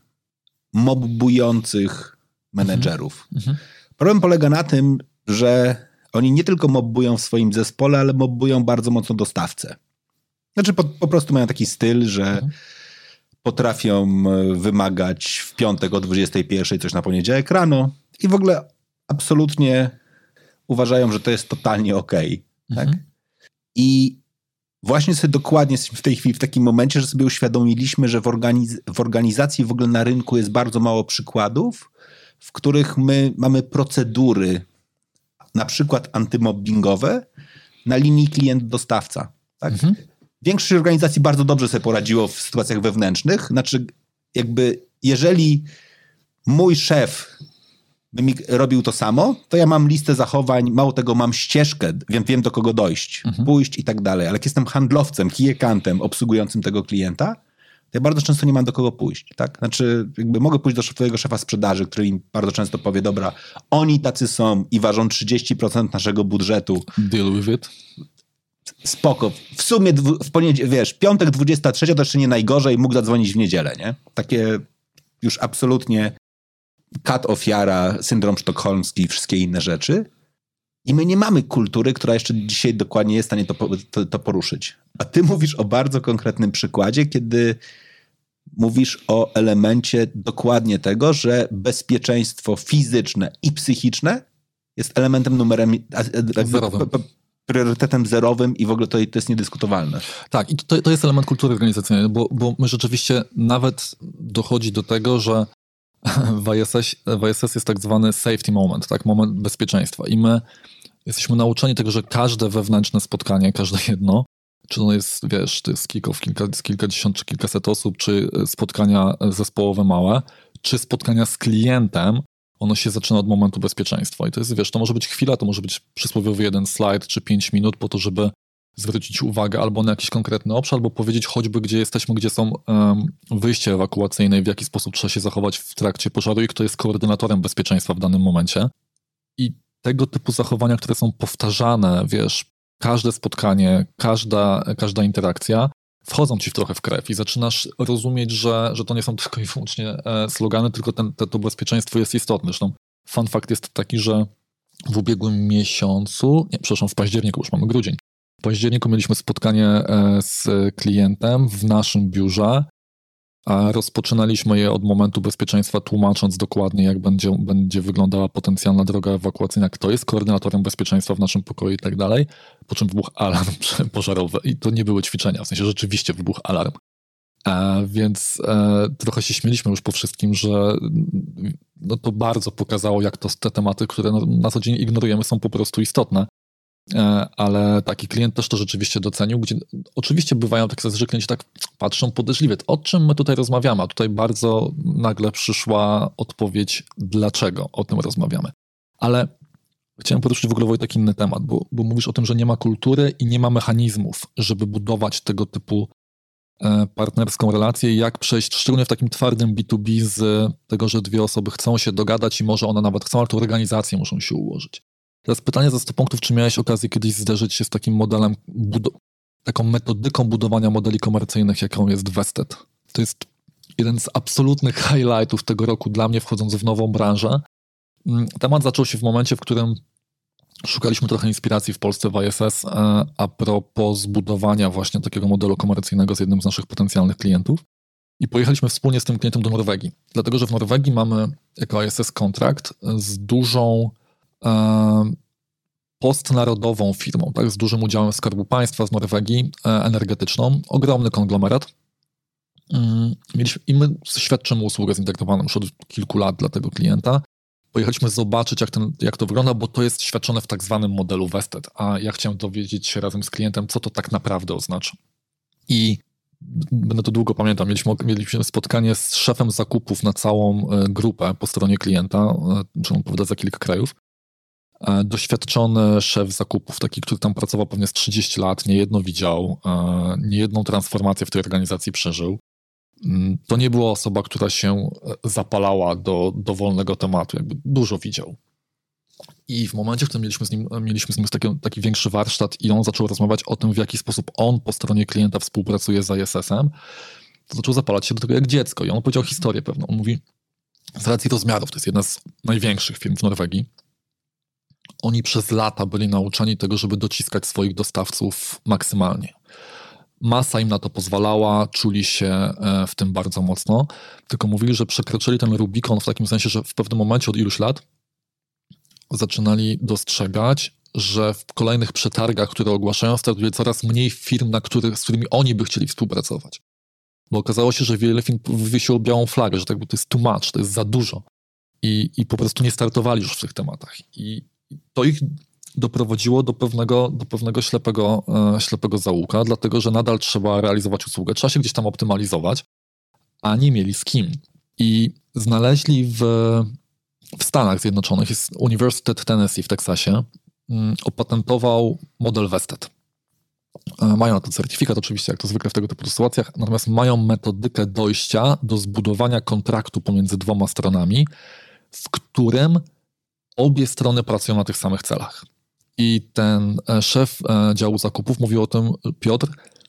mobbujących menedżerów. Problem polega na tym, że oni nie tylko mobbują w swoim zespole, ale mobbują bardzo mocno dostawcę. Znaczy po prostu mają taki styl, że potrafią wymagać w piątek o 21:00 coś na poniedziałek rano i w ogóle absolutnie uważają, że to jest totalnie okej. Tak? I właśnie sobie dokładnie jesteśmy w tej chwili w takim momencie, że sobie uświadomiliśmy, że w organizacji w ogóle na rynku jest bardzo mało przykładów, w których my mamy procedury na przykład antymobbingowe na linii klient-dostawca. Tak? Większość organizacji bardzo dobrze sobie poradziło w sytuacjach wewnętrznych. Znaczy, jakby jeżeli mój szef by mi robił to samo, to ja mam listę zachowań, mało tego, mam ścieżkę, wiem do kogo dojść, pójść i tak dalej. Ale jak jestem handlowcem, key accountem obsługującym tego klienta, to ja bardzo często nie mam do kogo pójść. Tak? Znaczy, jakby mogę pójść do swojego szefa sprzedaży, który im bardzo często powie, dobra, oni tacy są i ważą 30% naszego budżetu. Deal with it. Spoko. W sumie piątek 23 to jeszcze nie najgorzej, mógł zadzwonić w niedzielę, nie? Takie już absolutnie kat ofiara, syndrom sztokholmski i wszystkie inne rzeczy. I my nie mamy kultury, która jeszcze dzisiaj dokładnie jest w stanie to poruszyć. A ty mówisz o bardzo konkretnym przykładzie, kiedy mówisz o elemencie dokładnie tego, że bezpieczeństwo fizyczne i psychiczne jest elementem numerem zerowym. Priorytetem zerowym i w ogóle to jest niedyskutowalne. Tak, i to jest element kultury organizacyjnej, bo my rzeczywiście nawet dochodzi do tego, że w ISS jest tak zwany safety moment, tak, moment bezpieczeństwa i my jesteśmy nauczeni tego, że każde wewnętrzne spotkanie, każde jedno, czy to jest, wiesz, to jest kilkadziesiąt czy kilkaset osób, czy spotkania zespołowe małe, czy spotkania z klientem, ono się zaczyna od momentu bezpieczeństwa. I to jest, wiesz, to może być chwila, to może być przysłowiowy jeden slajd, czy 5 minut po to, żeby zwrócić uwagę albo na jakiś konkretny obszar, albo powiedzieć choćby, gdzie jesteśmy, gdzie są wyjścia ewakuacyjne i w jaki sposób trzeba się zachować w trakcie pożaru i kto jest koordynatorem bezpieczeństwa w danym momencie. I tego typu zachowania, które są powtarzane, wiesz, każde spotkanie, każda interakcja, wchodzą ci trochę w krew i zaczynasz rozumieć, że to nie są tylko i wyłącznie slogany, tylko to bezpieczeństwo jest istotne. Zresztą fun fact jest taki, że w ubiegłym miesiącu, w październiku, już mamy grudzień, w październiku mieliśmy spotkanie z klientem w naszym biurze, a rozpoczynaliśmy je od momentu bezpieczeństwa, tłumacząc dokładnie, jak będzie wyglądała potencjalna droga ewakuacyjna, kto jest koordynatorem bezpieczeństwa w naszym pokoju i tak dalej, po czym wybuchł alarm pożarowy i to nie były ćwiczenia, w sensie rzeczywiście wybuchł alarm. Więc trochę się śmieliśmy już po wszystkim, że no to bardzo pokazało, jak te tematy, które na co dzień ignorujemy, są po prostu istotne. Ale taki klient też to rzeczywiście docenił, gdzie oczywiście bywają takie sytuacje, że klienci tak patrzą podejrzliwie, o czym my tutaj rozmawiamy, a tutaj bardzo nagle przyszła odpowiedź, dlaczego o tym rozmawiamy. Ale chciałem poruszyć w ogóle, Wojtek, inny temat, bo mówisz o tym, że nie ma kultury i nie ma mechanizmów, żeby budować tego typu partnerską relację i jak przejść, szczególnie w takim twardym B2B, z tego, że dwie osoby chcą się dogadać i może one nawet chcą, ale to organizacje muszą się ułożyć. Teraz pytanie za 100 punktów, czy miałeś okazję kiedyś zderzyć się z takim modelem, taką metodyką budowania modeli komercyjnych, jaką jest Vested? To jest jeden z absolutnych highlightów tego roku dla mnie, wchodząc w nową branżę. Temat zaczął się w momencie, w którym szukaliśmy trochę inspiracji w Polsce w ISS a propos zbudowania właśnie takiego modelu komercyjnego z jednym z naszych potencjalnych klientów. I pojechaliśmy wspólnie z tym klientem do Norwegii. Dlatego, że w Norwegii mamy jako ISS kontrakt z dużą postnarodową firmą, tak, z dużym udziałem Skarbu Państwa z Norwegii, energetyczną, ogromny konglomerat. I my świadczymy usługę zintegrowaną już od kilku lat dla tego klienta. Pojechaliśmy zobaczyć, jak to wygląda, bo to jest świadczone w tak zwanym modelu Vested, a ja chciałem dowiedzieć się razem z klientem, co to tak naprawdę oznacza. I będę to długo pamiętam, mieliśmy spotkanie z szefem zakupów na całą grupę po stronie klienta, czy on powiada za kilka krajów. Doświadczony szef zakupów, taki, który tam pracował pewnie z 30 lat, niejedno widział, niejedną transformację w tej organizacji przeżył. To nie była osoba, która się zapalała do dowolnego tematu, jakby dużo widział. I w momencie, w którym mieliśmy z nim taki większy warsztat i on zaczął rozmawiać o tym, w jaki sposób on po stronie klienta współpracuje z ISS-em, to zaczął zapalać się do tego jak dziecko. I on powiedział historię pewną. On mówi, z racji rozmiarów, to jest jedna z największych firm w Norwegii, oni przez lata byli nauczeni tego, żeby dociskać swoich dostawców maksymalnie. Masa im na to pozwalała, czuli się w tym bardzo mocno, tylko mówili, że przekroczyli ten Rubikon w takim sensie, że w pewnym momencie od iluś lat zaczynali dostrzegać, że w kolejnych przetargach, które ogłaszają, startuje coraz mniej firm, z którymi oni by chcieli współpracować. Bo okazało się, że wiele firm wywiesiło białą flagę, że tak to jest too much, to jest za dużo. I po prostu nie startowali już w tych tematach. I to ich doprowadziło do pewnego ślepego zaułka, dlatego że nadal trzeba realizować usługę, trzeba się gdzieś tam optymalizować, a nie mieli z kim. I znaleźli w Stanach Zjednoczonych, jest Uniwersytet Tennessee w Teksasie, opatentował model Vested. Mają na to certyfikat oczywiście, jak to zwykle w tego typu sytuacjach, natomiast mają metodykę dojścia do zbudowania kontraktu pomiędzy dwoma stronami, w którym obie strony pracują na tych samych celach. I ten szef działu zakupów mówił o tym, Piotr,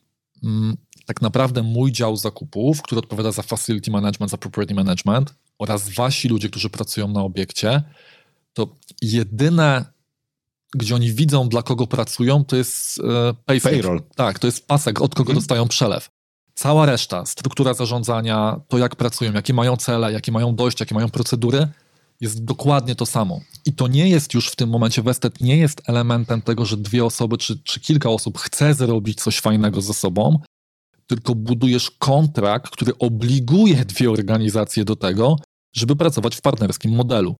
tak naprawdę mój dział zakupów, który odpowiada za facility management, za property management oraz wasi ludzie, którzy pracują na obiekcie, to jedyne, gdzie oni widzą, dla kogo pracują, to jest payroll. Tak, to jest pasek, od kogo dostają przelew. Cała reszta, struktura zarządzania, to jak pracują, jakie mają cele, jakie mają dojście, jakie mają procedury, jest dokładnie to samo. I to nie jest już w tym momencie, Vested nie jest elementem tego, że dwie osoby czy kilka osób chce zrobić coś fajnego ze sobą, tylko budujesz kontrakt, który obliguje dwie organizacje do tego, żeby pracować w partnerskim modelu.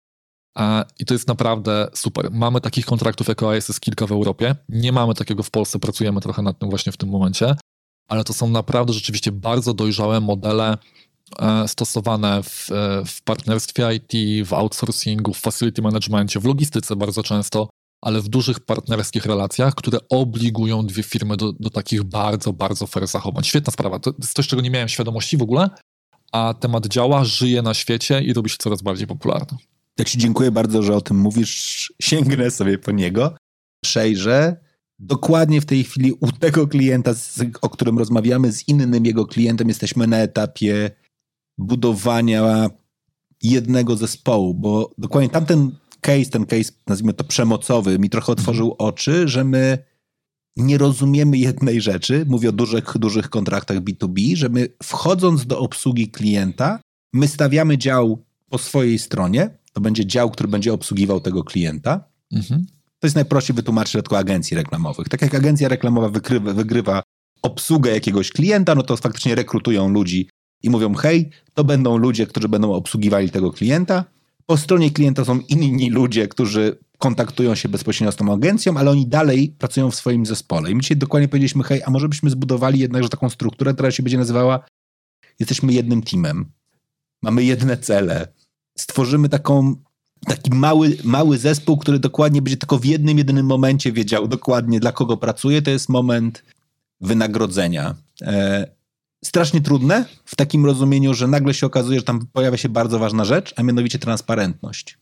I to jest naprawdę super. Mamy takich kontraktów jako ISS kilka w Europie. Nie mamy takiego w Polsce, pracujemy trochę nad tym właśnie w tym momencie, ale to są naprawdę rzeczywiście bardzo dojrzałe modele stosowane w partnerstwie IT, w outsourcingu, w facility managemencie, w logistyce bardzo często, ale w dużych partnerskich relacjach, które obligują dwie firmy do takich bardzo, bardzo fair zachowań. Świetna sprawa. To jest coś, czego nie miałem świadomości w ogóle, a temat działa, żyje na świecie i robi się coraz bardziej popularny. Ja ci dziękuję bardzo, że o tym mówisz. Sięgnę sobie po niego, przejrzę. Dokładnie w tej chwili u tego klienta, o którym rozmawiamy, z innym jego klientem jesteśmy na etapie budowania jednego zespołu, bo dokładnie ten case, nazwijmy to przemocowy, mi trochę otworzył oczy, że my nie rozumiemy jednej rzeczy, mówię o dużych kontraktach B2B, że my wchodząc do obsługi klienta, my stawiamy dział po swojej stronie, to będzie dział, który będzie obsługiwał tego klienta. To jest najprościej wytłumaczyć w przypadku agencji reklamowych. Tak jak agencja reklamowa wygrywa obsługę jakiegoś klienta, no to faktycznie rekrutują ludzi i mówią, hej, to będą ludzie, którzy będą obsługiwali tego klienta. Po stronie klienta są inni ludzie, którzy kontaktują się bezpośrednio z tą agencją, ale oni dalej pracują w swoim zespole. I my dzisiaj dokładnie powiedzieliśmy, hej, a może byśmy zbudowali jednakże taką strukturę, która się będzie nazywała jesteśmy jednym teamem. Mamy jedne cele. Stworzymy taki mały zespół, który dokładnie będzie tylko w jednym, jedynym momencie wiedział dokładnie, dla kogo pracuje. To jest moment wynagrodzenia. Strasznie trudne w takim rozumieniu, że nagle się okazuje, że tam pojawia się bardzo ważna rzecz, a mianowicie transparentność.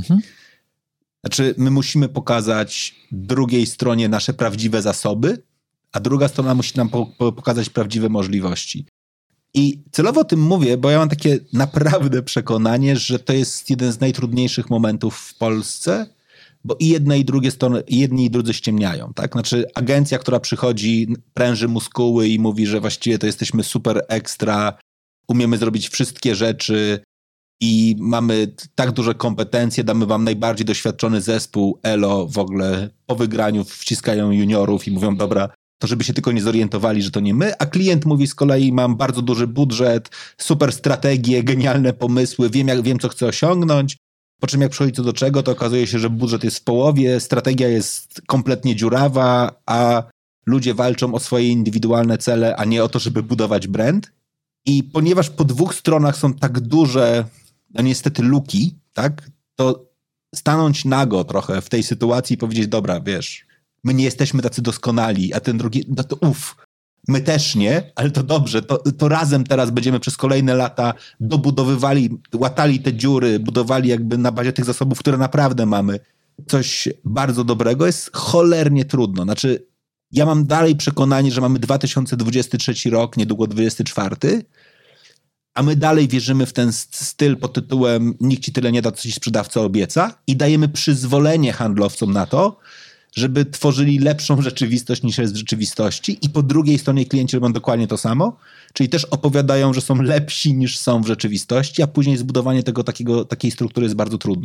Znaczy, my musimy pokazać drugiej stronie nasze prawdziwe zasoby, a druga strona musi nam pokazać prawdziwe możliwości. I celowo o tym mówię, bo ja mam takie naprawdę przekonanie, że to jest jeden z najtrudniejszych momentów w Polsce, bo i jedne i drugie strony, jedni i drudzy ściemniają, tak? Znaczy agencja, która przychodzi, pręży muskuły i mówi, że właściwie to jesteśmy super ekstra, umiemy zrobić wszystkie rzeczy i mamy tak duże kompetencje, damy wam najbardziej doświadczony zespół, elo, w ogóle po wygraniu wciskają juniorów i mówią, dobra, to żeby się tylko nie zorientowali, że to nie my, a klient mówi z kolei, mam bardzo duży budżet, super strategie, genialne pomysły, wiem co chcę osiągnąć, po czym jak przychodzi co do czego, to okazuje się, że budżet jest w połowie, strategia jest kompletnie dziurawa, a ludzie walczą o swoje indywidualne cele, a nie o to, żeby budować brand. I ponieważ po dwóch stronach są tak duże, no niestety luki, tak, to stanąć nago trochę w tej sytuacji i powiedzieć, dobra, wiesz, my nie jesteśmy tacy doskonali, a ten drugi, no to my też nie, ale to dobrze, to razem teraz będziemy przez kolejne lata dobudowywali, łatali te dziury, budowali jakby na bazie tych zasobów, które naprawdę mamy, coś bardzo dobrego, jest cholernie trudno. Znaczy, ja mam dalej przekonanie, że mamy 2023 rok, niedługo 2024, a my dalej wierzymy w ten styl pod tytułem nikt ci tyle nie da, co ci sprzedawca obieca i dajemy przyzwolenie handlowcom na to, żeby tworzyli lepszą rzeczywistość niż jest w rzeczywistości i po drugiej stronie klienci robią dokładnie to samo, czyli też opowiadają, że są lepsi niż są w rzeczywistości, a później zbudowanie takiej struktury jest bardzo trudne.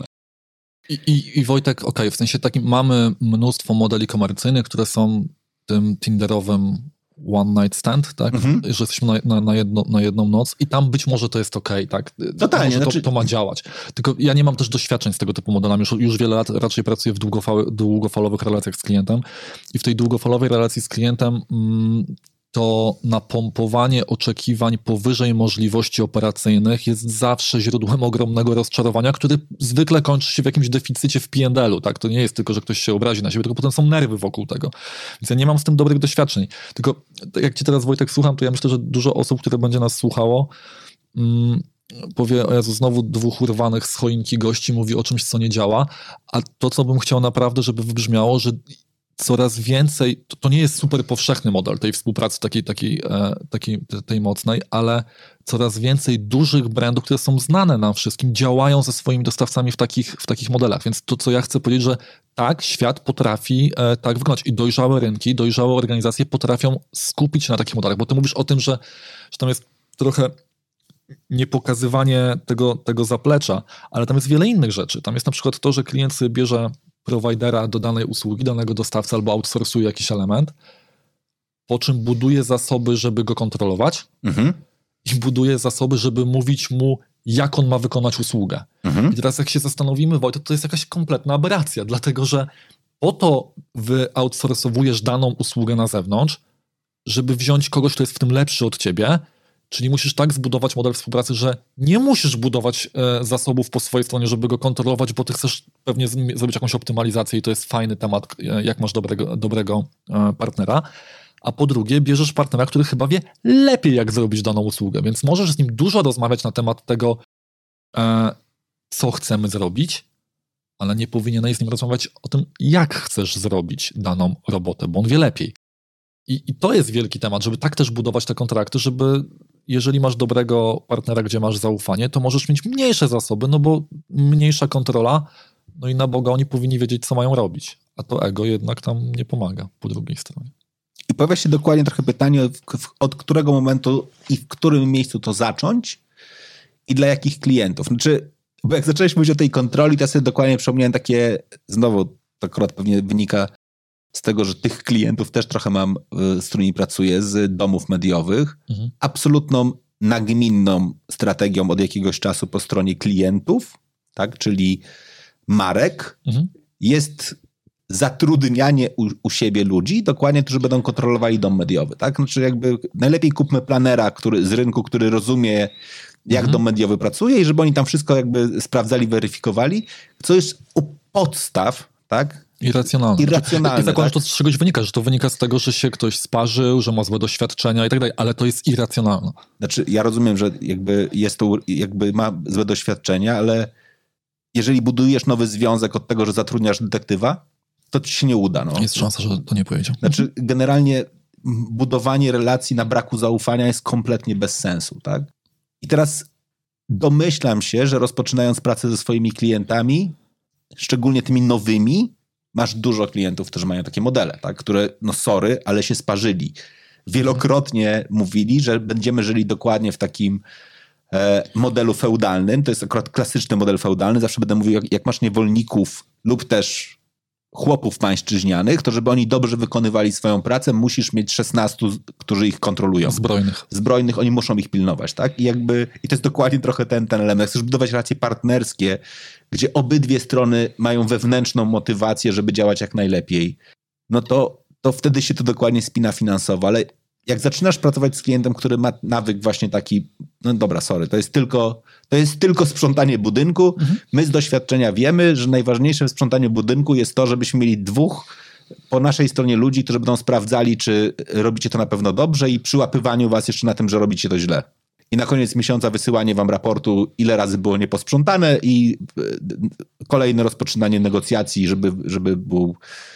I Wojtek, w sensie takim mamy mnóstwo modeli komercyjnych, które są tym tinderowym one night stand, tak? Że jesteśmy na jedną noc i tam być może to jest tak? Totalnie. To ma działać. Tylko ja nie mam też doświadczeń z tego typu modelami. Już wiele lat raczej pracuję w długofalowych relacjach z klientem i w tej długofalowej relacji z klientem to napompowanie oczekiwań powyżej możliwości operacyjnych jest zawsze źródłem ogromnego rozczarowania, który zwykle kończy się w jakimś deficycie w P&L-u, tak? To nie jest tylko, że ktoś się obrazi na siebie, tylko potem są nerwy wokół tego. Więc ja nie mam z tym dobrych doświadczeń. Tylko jak cię teraz, Wojtek, słucham, to ja myślę, że dużo osób, które będzie nas słuchało, powie, o Jezu, znowu dwóch urwanych z choinki gości mówi o czymś, co nie działa, a to, co bym chciał naprawdę, żeby wybrzmiało, że coraz więcej, to nie jest super powszechny model tej współpracy tej mocnej, ale coraz więcej dużych brandów, które są znane nam wszystkim, działają ze swoimi dostawcami w takich modelach. Więc to, co ja chcę powiedzieć, że tak, świat potrafi tak wyglądać i dojrzałe rynki, dojrzałe organizacje potrafią skupić się na takich modelach, bo ty mówisz o tym, że tam jest trochę nie pokazywanie tego zaplecza, ale tam jest wiele innych rzeczy. Tam jest na przykład to, że klient sobie bierze prowajdera do danej usługi, danego dostawcy albo outsourcuje jakiś element, po czym buduje zasoby, żeby go kontrolować i buduje zasoby, żeby mówić mu, jak on ma wykonać usługę. I teraz jak się zastanowimy, Wojtek, to jest jakaś kompletna aberracja, dlatego że po to wyoutsourcowujesz daną usługę na zewnątrz, żeby wziąć kogoś, kto jest w tym lepszy od ciebie, czyli musisz tak zbudować model współpracy, że nie musisz budować zasobów po swojej stronie, żeby go kontrolować, bo ty chcesz pewnie zrobić jakąś optymalizację i to jest fajny temat, jak masz dobrego partnera. A po drugie, bierzesz partnera, który chyba wie lepiej, jak zrobić daną usługę, więc możesz z nim dużo rozmawiać na temat tego, co chcemy zrobić, ale nie powinieneś z nim rozmawiać o tym, jak chcesz zrobić daną robotę, bo on wie lepiej. I to jest wielki temat, żeby tak też budować te kontrakty, żeby jeżeli masz dobrego partnera, gdzie masz zaufanie, to możesz mieć mniejsze zasoby, no bo mniejsza kontrola, no i na Boga oni powinni wiedzieć, co mają robić. A to ego jednak tam nie pomaga po drugiej stronie. I pojawia się dokładnie trochę pytanie, od którego momentu i w którym miejscu to zacząć i dla jakich klientów. Znaczy, bo jak zacząłeś mówić o tej kontroli, to ja sobie dokładnie przypomniałem takie, znowu to akurat pewnie wynika z tego, że tych klientów też trochę mam, z którymi pracuję, z domów mediowych. Absolutną nagminną strategią od jakiegoś czasu po stronie klientów, tak, czyli marek, jest zatrudnianie u siebie ludzi, dokładnie, którzy będą kontrolowali dom mediowy, tak? Znaczy jakby najlepiej kupmy planera z rynku, który rozumie, jak dom mediowy pracuje i żeby oni tam wszystko jakby sprawdzali, weryfikowali, co jest u podstaw, tak? Irracjonalne. I zakładam, tak? to z czegoś wynika, że to wynika z tego, że się ktoś sparzył, że ma złe doświadczenia i tak dalej, ale to jest irracjonalne. Znaczy ja rozumiem, że jakby ma złe doświadczenia, ale jeżeli budujesz nowy związek od tego, że zatrudniasz detektywa, to ci się nie uda. No. Jest szansa, że to nie pojedzie. Znaczy generalnie budowanie relacji na braku zaufania jest kompletnie bez sensu, tak? I teraz domyślam się, że rozpoczynając pracę ze swoimi klientami, szczególnie tymi nowymi, masz dużo klientów, którzy mają takie modele, tak? Które, no sorry, ale się sparzyli. Wielokrotnie mówili, że będziemy żyli dokładnie w takim modelu feudalnym. To jest akurat klasyczny model feudalny. Zawsze będę mówił, jak masz niewolników lub też chłopów pańszczyźnianych, to żeby oni dobrze wykonywali swoją pracę, musisz mieć 16, którzy ich kontrolują. Zbrojnych, oni muszą ich pilnować, tak? I to jest dokładnie trochę ten element. Chcesz budować relacje partnerskie, gdzie obydwie strony mają wewnętrzną motywację, żeby działać jak najlepiej. No to wtedy się to dokładnie spina finansowo, ale jak zaczynasz pracować z klientem, który ma nawyk właśnie taki, no dobra, sorry, to jest tylko sprzątanie budynku. My z doświadczenia wiemy, że najważniejsze w sprzątaniu budynku jest to, żebyśmy mieli 2 po naszej stronie ludzi, którzy będą sprawdzali, czy robicie to na pewno dobrze i przyłapywaniu was jeszcze na tym, że robicie to źle. I na koniec miesiąca wysyłanie wam raportu, ile razy było nieposprzątane i kolejne rozpoczynanie negocjacji, żeby był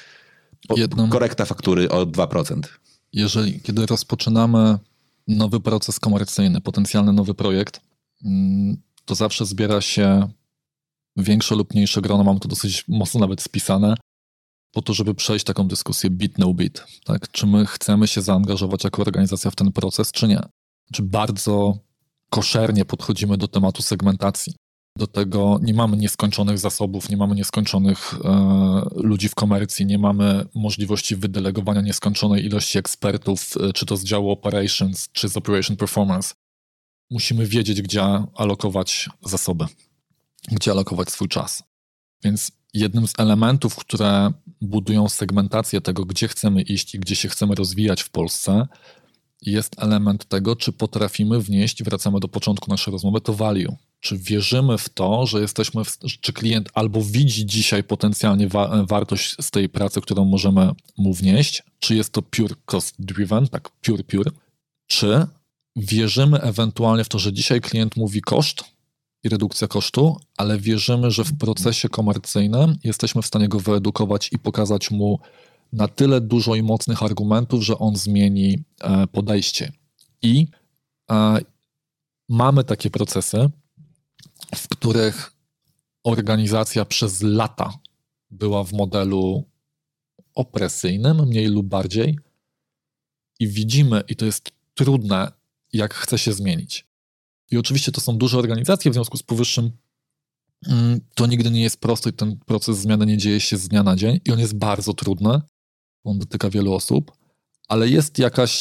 korekta faktury o 2%. Kiedy rozpoczynamy nowy proces komercyjny, potencjalny nowy projekt, to zawsze zbiera się większe lub mniejsze grono, mam to dosyć mocno nawet spisane, po to, żeby przejść taką dyskusję bit no bit. Tak? Czy my chcemy się zaangażować jako organizacja w ten proces, czy nie? Czy bardzo koszernie podchodzimy do tematu segmentacji. Do tego nie mamy nieskończonych zasobów, nie mamy nieskończonych ludzi w komercji, nie mamy możliwości wydelegowania nieskończonej ilości ekspertów, czy to z działu operations, czy z operation performance. Musimy wiedzieć, gdzie alokować zasoby, gdzie alokować swój czas. Więc jednym z elementów, które budują segmentację tego, gdzie chcemy iść i gdzie się chcemy rozwijać w Polsce, jest element tego, czy potrafimy wnieść, wracamy do początku naszej rozmowy, to value. Czy wierzymy w to, że czy klient albo widzi dzisiaj potencjalnie wartość z tej pracy, którą możemy mu wnieść, czy jest to pure cost driven, tak pure, czy wierzymy ewentualnie w to, że dzisiaj klient mówi koszt i redukcja kosztu, ale wierzymy, że w procesie komercyjnym jesteśmy w stanie go wyedukować i pokazać mu na tyle dużo i mocnych argumentów, że on zmieni podejście. I mamy takie procesy, w których organizacja przez lata była w modelu opresyjnym, mniej lub bardziej, i widzimy, i to jest trudne, jak chce się zmienić. I oczywiście to są duże organizacje, w związku z powyższym to nigdy nie jest prosto i ten proces zmiany nie dzieje się z dnia na dzień i on jest bardzo trudny, on dotyka wielu osób, ale jest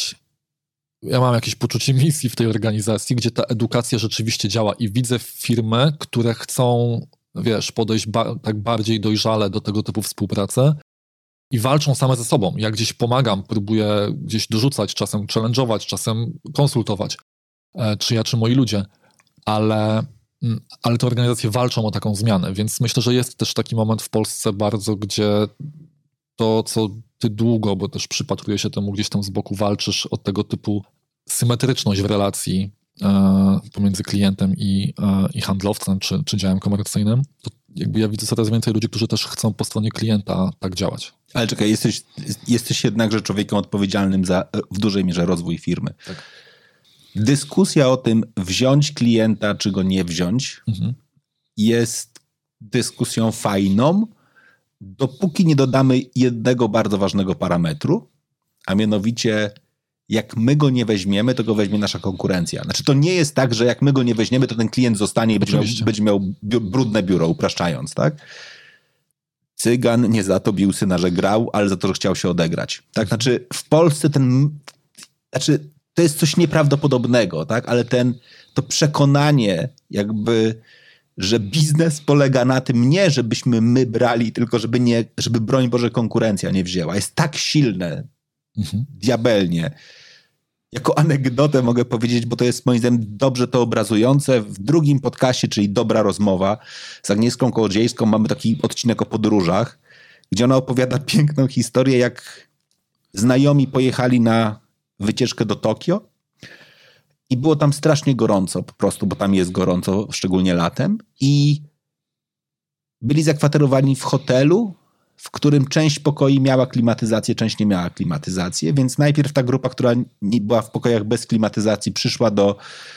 ja mam jakieś poczucie misji w tej organizacji, gdzie ta edukacja rzeczywiście działa i widzę firmy, które chcą, podejść tak bardziej dojrzale do tego typu współpracy i walczą same ze sobą. Ja gdzieś pomagam, próbuję gdzieś dorzucać, czasem challenge'ować, czasem konsultować, czy ja, czy moi ludzie, ale te organizacje walczą o taką zmianę, więc myślę, że jest też taki moment w Polsce bardzo, gdzie to, co ty długo, bo też przypatruję się temu gdzieś tam z boku, walczysz o tego typu symetryczność w relacji pomiędzy klientem i handlowcem, czy działem komercyjnym, to jakby ja widzę coraz więcej ludzi, którzy też chcą po stronie klienta tak działać. Ale czekaj, jesteś jednakże człowiekiem odpowiedzialnym za w dużej mierze rozwój firmy. Tak. Dyskusja o tym wziąć klienta, czy go nie wziąć, jest dyskusją fajną, dopóki nie dodamy jednego bardzo ważnego parametru, a mianowicie jak my go nie weźmiemy, to go weźmie nasza konkurencja. Znaczy to nie jest tak, że jak my go nie weźmiemy, to ten klient zostanie i będzie miał brudne biuro, upraszczając, tak? Cygan nie za to bił syna, że grał, ale za to, że chciał się odegrać. Tak? Znaczy w Polsce to jest coś nieprawdopodobnego, tak? Ale to przekonanie jakby, że biznes polega na tym nie, żebyśmy my brali, tylko żeby broń Boże konkurencja nie wzięła. Jest tak silne, diabelnie. Jako anegdotę mogę powiedzieć, bo to jest moim zdaniem dobrze to obrazujące. W drugim podcastie, czyli Dobra rozmowa z Agnieszką Kołodziejską, mamy taki odcinek o podróżach, gdzie ona opowiada piękną historię, jak znajomi pojechali na wycieczkę do Tokio i było tam strasznie gorąco po prostu, bo tam jest gorąco, szczególnie latem, i byli zakwaterowani w hotelu, w którym część pokoi miała klimatyzację, część nie miała klimatyzację, więc najpierw ta grupa, która była w pokojach bez klimatyzacji, przyszła do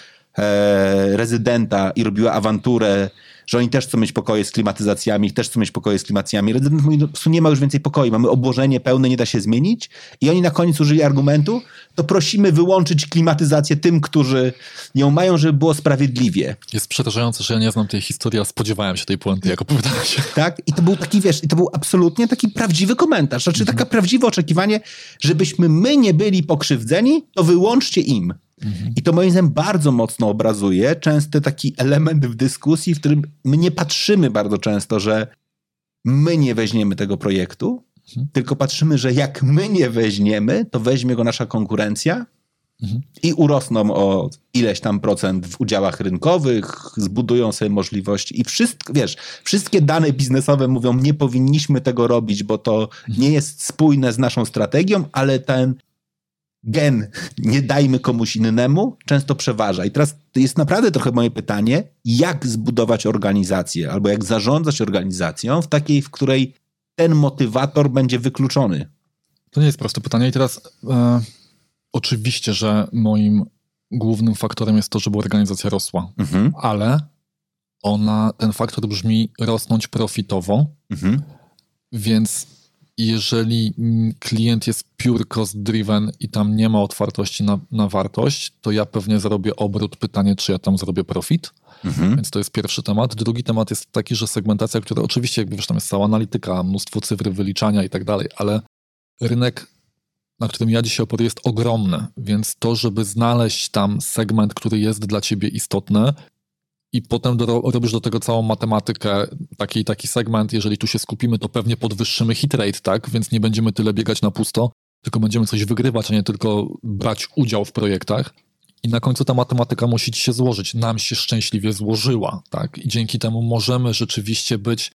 rezydenta i robiła awanturę, że oni też chcą mieć pokoje z klimatyzacjami, też chcą mieć pokoje z klimatyzacjami. Rezydent mówi, no, po prostu nie ma już więcej pokoi, mamy obłożenie pełne, nie da się zmienić. I oni na koniec użyli argumentu, to prosimy wyłączyć klimatyzację tym, którzy ją mają, żeby było sprawiedliwie. Jest przerażające, że ja nie znam tej historii, a spodziewałem się tej puenty, jak opowiadałeś. Tak? I to był taki, i to był absolutnie taki prawdziwy komentarz. Znaczy takie prawdziwe oczekiwanie, żebyśmy my nie byli pokrzywdzeni, to wyłączcie im. I to moim zdaniem bardzo mocno obrazuje często taki element w dyskusji, w którym my nie patrzymy bardzo często, że my nie weźmiemy tego projektu, tylko patrzymy, że jak my nie weźmiemy, to weźmie go nasza konkurencja i urosną o ileś tam procent w udziałach rynkowych, zbudują sobie możliwości i wszystkie dane biznesowe mówią, nie powinniśmy tego robić, bo to nie jest spójne z naszą strategią, ale ten gen nie dajmy komuś innemu często przeważa. I teraz to jest naprawdę trochę moje pytanie, jak zbudować organizację albo jak zarządzać organizacją w takiej, w której ten motywator będzie wykluczony. To nie jest proste pytanie i teraz oczywiście, że moim głównym faktorem jest to, żeby organizacja rosła, ale ten faktor brzmi rosnąć profitowo, więc jeżeli klient jest pure cost driven i tam nie ma otwartości na wartość, to ja pewnie zrobię obrót. Pytanie, czy ja tam zrobię profit. Więc to jest pierwszy temat. Drugi temat jest taki, że segmentacja, która oczywiście, jakby wiesz, tam jest cała analityka, mnóstwo cyfr, wyliczania i tak dalej, ale rynek, na którym ja dzisiaj operuję, jest ogromny, więc to, żeby znaleźć tam segment, który jest dla ciebie istotny i potem robisz do tego całą matematykę, taki segment, jeżeli tu się skupimy, to pewnie podwyższymy hit rate, tak? Więc nie będziemy tyle biegać na pusto, tylko będziemy coś wygrywać, a nie tylko brać udział w projektach. I na końcu ta matematyka musi ci się złożyć. Nam się szczęśliwie złożyła, tak? I dzięki temu możemy rzeczywiście być,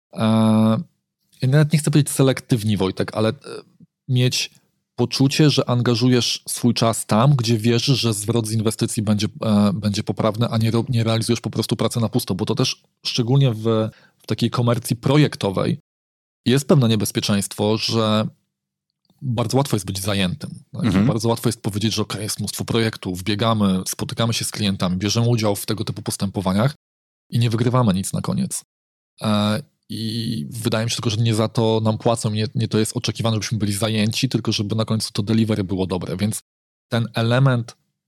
ja nawet nie chcę powiedzieć selektywni, Wojtek, ale mieć poczucie, że angażujesz swój czas tam, gdzie wierzysz, że zwrot z inwestycji będzie poprawny, a nie realizujesz po prostu pracy na pusto, bo to też szczególnie w takiej komercji projektowej jest pewne niebezpieczeństwo, że bardzo łatwo jest być zajętym. Tak? Bardzo łatwo jest powiedzieć, że jest mnóstwo projektów, biegamy, spotykamy się z klientami, bierzemy udział w tego typu postępowaniach i nie wygrywamy nic na koniec. I wydaje mi się tylko, że nie za to nam płacą, nie to jest oczekiwane, żebyśmy byli zajęci, tylko żeby na końcu to delivery było dobre. Więc ten element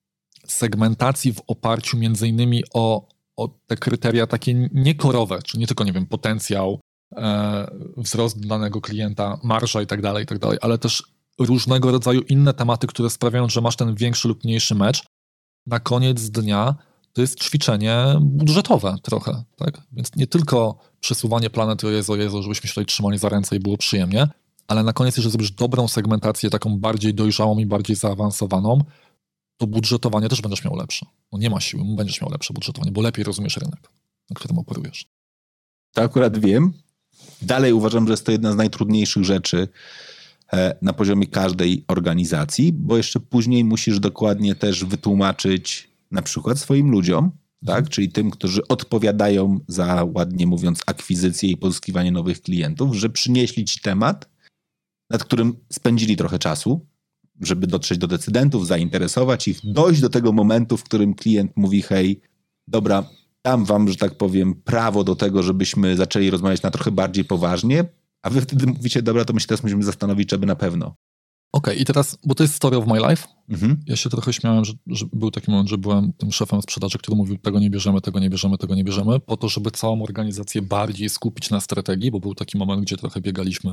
segmentacji w oparciu między innymi o te kryteria takie niekorowe, czyli nie tylko, nie wiem, potencjał, wzrost danego klienta, marża i tak dalej, ale też różnego rodzaju inne tematy, które sprawiają, że masz ten większy lub mniejszy mecz. Na koniec dnia to jest ćwiczenie budżetowe trochę, tak? Więc nie tylko przesuwanie planety o Jezu, żebyśmy się tutaj trzymali za ręce i było przyjemnie, ale na koniec, jeżeli zrobisz dobrą segmentację, taką bardziej dojrzałą i bardziej zaawansowaną, to budżetowanie też będziesz miał lepsze. No nie ma siły, będziesz miał lepsze budżetowanie, bo lepiej rozumiesz rynek, na którym operujesz. To akurat wiem. Dalej uważam, że jest to jedna z najtrudniejszych rzeczy na poziomie każdej organizacji, bo jeszcze później musisz dokładnie też wytłumaczyć na przykład swoim ludziom, tak? Czyli tym, którzy odpowiadają za, ładnie mówiąc, akwizycję i pozyskiwanie nowych klientów, że przynieśli ci temat, nad którym spędzili trochę czasu, żeby dotrzeć do decydentów, zainteresować ich, dojść do tego momentu, w którym klient mówi: hej, dobra, dam wam, że tak powiem, prawo do tego, żebyśmy zaczęli rozmawiać na trochę bardziej poważnie, a wy wtedy mówicie: dobra, to my się teraz musimy zastanowić, czy by na pewno. Okej, i teraz, bo to jest story of my life, ja się trochę śmiałem, że był taki moment, że byłem tym szefem sprzedaży, który mówił: tego nie bierzemy, po to, żeby całą organizację bardziej skupić na strategii, bo był taki moment, gdzie trochę biegaliśmy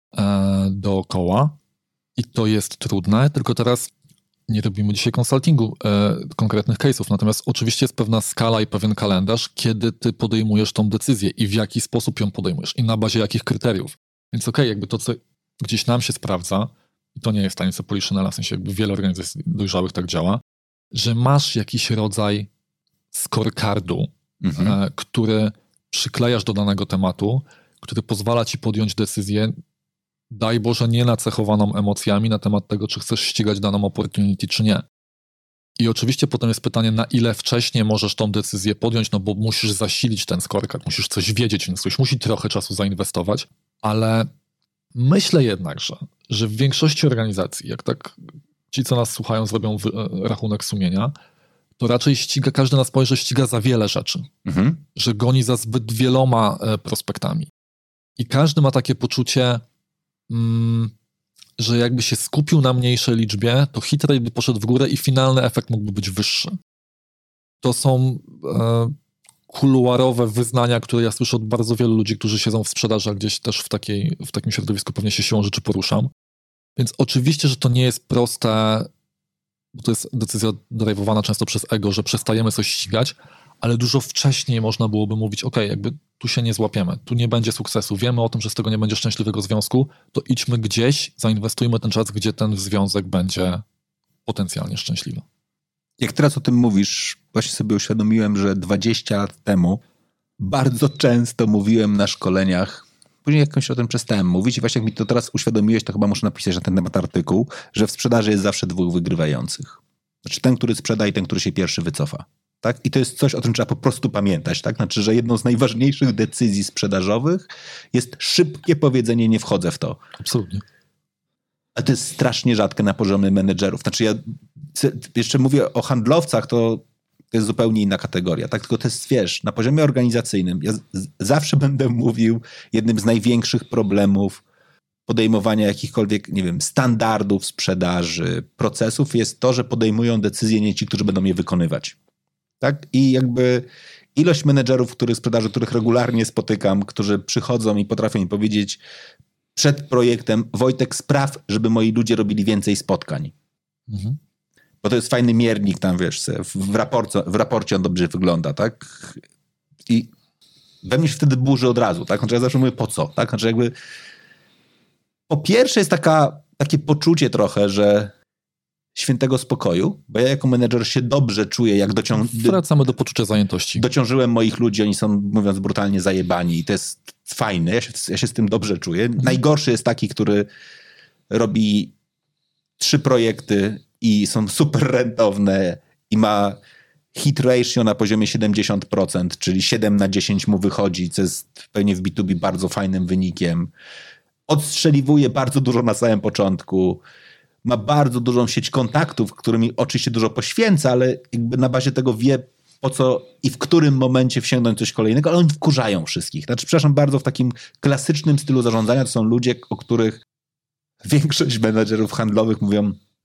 dookoła i to jest trudne, tylko teraz nie robimy dzisiaj konsultingu konkretnych case'ów, natomiast oczywiście jest pewna skala i pewien kalendarz, kiedy ty podejmujesz tą decyzję i w jaki sposób ją podejmujesz i na bazie jakich kryteriów. Więc jakby to, co gdzieś nam się sprawdza, i to nie jest tajemnica Poliszynela, w sensie jakby wiele organizacji dojrzałych tak działa, że masz jakiś rodzaj scorecardu, który przyklejasz do danego tematu, który pozwala ci podjąć decyzję, daj Boże, nie nacechowaną emocjami na temat tego, czy chcesz ścigać daną opportunity, czy nie. I oczywiście potem jest pytanie, na ile wcześniej możesz tą decyzję podjąć, no bo musisz zasilić ten scorecard, musisz coś wiedzieć, więc ktoś musi trochę czasu zainwestować, ale myślę jednak, że w większości organizacji, jak tak ci, co nas słuchają, zrobią rachunek sumienia, to raczej każdy nas powie, że ściga za wiele rzeczy, że goni za zbyt wieloma prospektami. I każdy ma takie poczucie, że jakby się skupił na mniejszej liczbie, to hit rate by poszedł w górę i finalny efekt mógłby być wyższy. To są kuluarowe wyznania, które ja słyszę od bardzo wielu ludzi, którzy siedzą w sprzedaży, a gdzieś też w takim środowisku pewnie się siłą rzeczy poruszam. Więc oczywiście, że to nie jest proste, bo to jest decyzja drive'owana często przez ego, że przestajemy coś ścigać, ale dużo wcześniej można byłoby mówić: jakby tu się nie złapiemy, tu nie będzie sukcesu, wiemy o tym, że z tego nie będzie szczęśliwego związku, to idźmy gdzieś, zainwestujmy ten czas, gdzie ten związek będzie potencjalnie szczęśliwy. Jak teraz o tym mówisz, właśnie sobie uświadomiłem, że 20 lat temu bardzo często mówiłem na szkoleniach, później jakoś o tym przestałem mówić i właśnie jak mi to teraz uświadomiłeś, to chyba muszę napisać na ten temat artykuł, że w sprzedaży jest zawsze dwóch wygrywających. Znaczy ten, który sprzeda i ten, który się pierwszy wycofa. Tak? I to jest coś, o czym trzeba po prostu pamiętać. Tak? Znaczy, że jedną z najważniejszych decyzji sprzedażowych jest szybkie powiedzenie: nie wchodzę w to. Absolutnie. A to jest strasznie rzadkie na poziomie menedżerów. Znaczy ja jeszcze mówię o handlowcach, to jest zupełnie inna kategoria. Tak? Tylko to jest, wiesz, na poziomie organizacyjnym ja zawsze będę mówił, jednym z największych problemów podejmowania jakichkolwiek, nie wiem, standardów sprzedaży, procesów jest to, że podejmują decyzje nie ci, którzy będą je wykonywać. Tak? I jakby ilość menedżerów, których regularnie spotykam, którzy przychodzą i potrafią mi powiedzieć przed projektem: Wojtek, spraw, żeby moi ludzie robili więcej spotkań. Bo to jest fajny miernik tam, wiesz, w raporcie on dobrze wygląda, tak? I we mnie się wtedy burzy od razu, tak? Znaczy ja zawsze mówię: po co? Tak? Znaczy jakby po pierwsze jest takie poczucie trochę, że świętego spokoju, bo ja jako menedżer się dobrze czuję, jak wracamy do poczucia zajętości. Dociążyłem moich ludzi, oni są, mówiąc brutalnie, zajebani i to jest fajne, ja się z tym dobrze czuję. Najgorszy jest taki, który robi 3 projekty i są super rentowne i ma hit ratio na poziomie 70%, czyli 7/10 mu wychodzi, co jest pewnie w B2B bardzo fajnym wynikiem. Odstrzeliwuje bardzo dużo na samym początku, ma bardzo dużą sieć kontaktów, którymi oczywiście dużo poświęca, ale jakby na bazie tego wie, po co i w którym momencie wsięgnąć coś kolejnego, ale oni wkurzają wszystkich. Znaczy, przepraszam bardzo, w takim klasycznym stylu zarządzania to są ludzie, o których większość menedżerów handlowych mówią: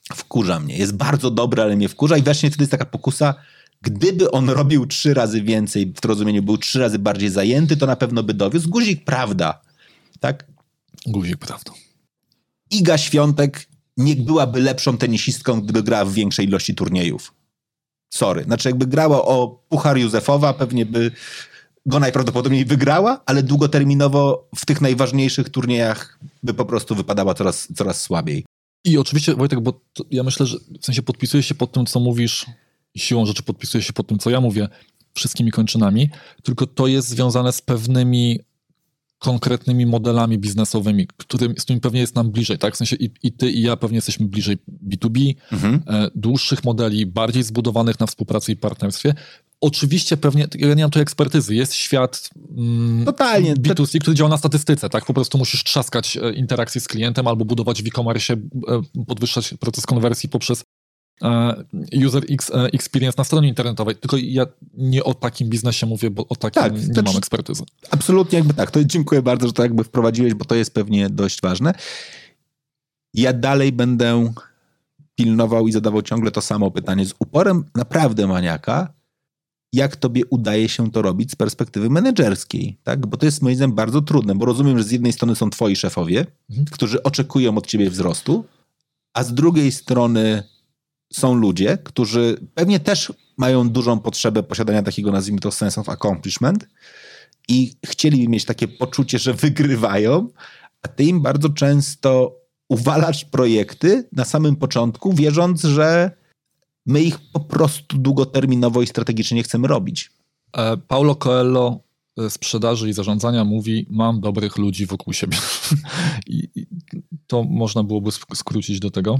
Wkurza mnie. Jest bardzo dobry, ale mnie wkurza i właśnie wtedy jest taka pokusa, gdyby on robił 3 razy więcej, w tym rozumieniu był 3 razy bardziej zajęty, to na pewno by dowiózł. Guzik, prawda. Tak? Guzik, prawda. Iga Świątek nie byłaby lepszą tenisistką, gdyby grała w większej ilości turniejów. Sorry. Znaczy jakby grała o Puchar Józefowa, pewnie by go najprawdopodobniej wygrała, ale długoterminowo w tych najważniejszych turniejach by po prostu wypadała coraz słabiej. I oczywiście, Wojtek, bo ja myślę, że w sensie podpisuję się pod tym, co mówisz, siłą rzeczy podpisuję się pod tym, co ja mówię, wszystkimi kończynami, tylko to jest związane z pewnymi konkretnymi modelami biznesowymi, z którymi pewnie jest nam bliżej, tak? W sensie i ty, i ja pewnie jesteśmy bliżej B2B, dłuższych modeli, bardziej zbudowanych na współpracy i partnerstwie. Oczywiście pewnie, ja nie mam tu ekspertyzy, jest świat totalnie B2C, który działa na statystyce, tak? Po prostu musisz trzaskać interakcje z klientem albo budować w e-commerce, podwyższać proces konwersji poprzez user experience na stronie internetowej. Tylko ja nie o takim biznesie mówię, bo o takim nie mam ekspertyzy. Absolutnie jakby tak. To dziękuję bardzo, że to jakby wprowadziłeś, bo to jest pewnie dość ważne. Ja dalej będę pilnował i zadawał ciągle to samo pytanie z uporem naprawdę maniaka, jak tobie udaje się to robić z perspektywy menedżerskiej, tak? Bo to jest moim zdaniem bardzo trudne, bo rozumiem, że z jednej strony są twoi szefowie, którzy oczekują od ciebie wzrostu, a z drugiej strony są ludzie, którzy pewnie też mają dużą potrzebę posiadania takiego, nazwijmy to, sense of accomplishment i chcieliby mieć takie poczucie, że wygrywają, a ty im bardzo często uwalasz projekty na samym początku, wierząc, że my ich po prostu długoterminowo i strategicznie nie chcemy robić. Paulo Coelho sprzedaży i zarządzania mówi, mam dobrych ludzi wokół siebie. I to można byłoby skrócić do tego.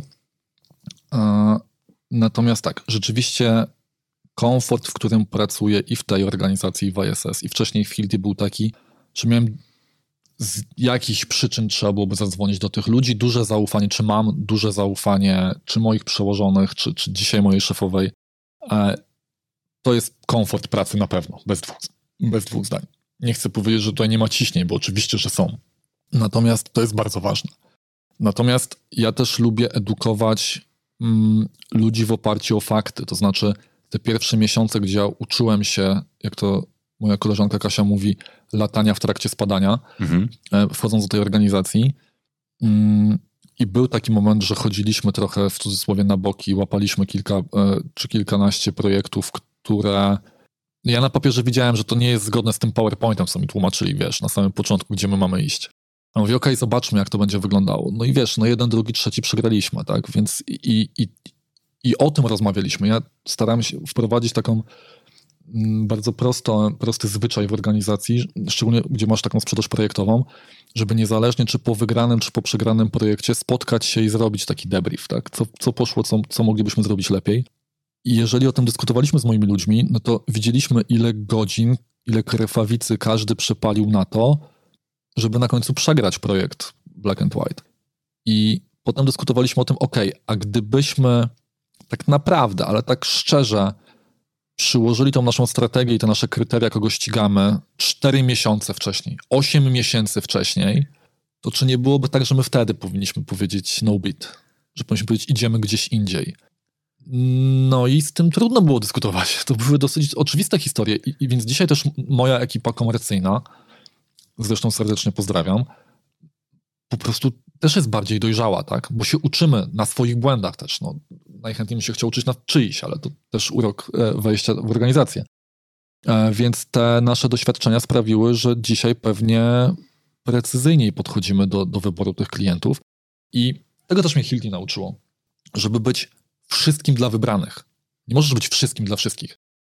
Natomiast tak, rzeczywiście komfort, w którym pracuję i w tej organizacji, i w ISS, i wcześniej w Hilti był taki, że miałem z jakichś przyczyn trzeba byłoby zadzwonić do tych ludzi, duże zaufanie, czy mam duże zaufanie, czy moich przełożonych, czy dzisiaj mojej szefowej. To jest komfort pracy na pewno, bez dwóch zdań. Nie chcę powiedzieć, że tutaj nie ma ciśnień, bo oczywiście, że są. Natomiast to jest bardzo ważne. Natomiast ja też lubię edukować ludzi w oparciu o fakty. To znaczy te pierwsze miesiące, gdzie ja uczyłem się, jak to moja koleżanka Kasia mówi, latania w trakcie spadania, wchodząc do tej organizacji. I był taki moment, że chodziliśmy trochę w cudzysłowie na boki, łapaliśmy kilka czy kilkanaście projektów, które ja na papierze widziałem, że to nie jest zgodne z tym PowerPointem, co mi tłumaczyli, wiesz, na samym początku, gdzie my mamy iść. A mówię, okej, zobaczmy, jak to będzie wyglądało. No i wiesz, jeden, drugi, trzeci przegraliśmy, tak? Więc i o tym rozmawialiśmy. Ja starałem się wprowadzić taką bardzo prosty zwyczaj w organizacji, szczególnie gdzie masz taką sprzedaż projektową, żeby niezależnie czy po wygranym, czy po przegranym projekcie spotkać się i zrobić taki debrief, tak? Co poszło, co moglibyśmy zrobić lepiej. I jeżeli o tym dyskutowaliśmy z moimi ludźmi, no to widzieliśmy, ile godzin, ile krwawicy każdy przepalił na to, żeby na końcu przegrać projekt Black and White. I potem dyskutowaliśmy o tym, a gdybyśmy tak naprawdę, ale tak szczerze przyłożyli tą naszą strategię i te nasze kryteria, kogo ścigamy 4 miesiące wcześniej, 8 miesięcy wcześniej, to czy nie byłoby tak, że my wtedy powinniśmy powiedzieć no bid, że powinniśmy powiedzieć idziemy gdzieś indziej. No i z tym trudno było dyskutować. To były dosyć oczywiste historie. I więc dzisiaj też moja ekipa komercyjna, zresztą serdecznie pozdrawiam, po prostu też jest bardziej dojrzała, tak? Bo się uczymy na swoich błędach też. No, najchętniej mi się chciał uczyć na czyichś, ale to też urok wejścia w organizację. Więc te nasze doświadczenia sprawiły, że dzisiaj pewnie precyzyjniej podchodzimy do wyboru tych klientów. I tego też mnie Hilti nauczyło, żeby być wszystkim dla wybranych. Nie możesz być wszystkim dla wszystkich.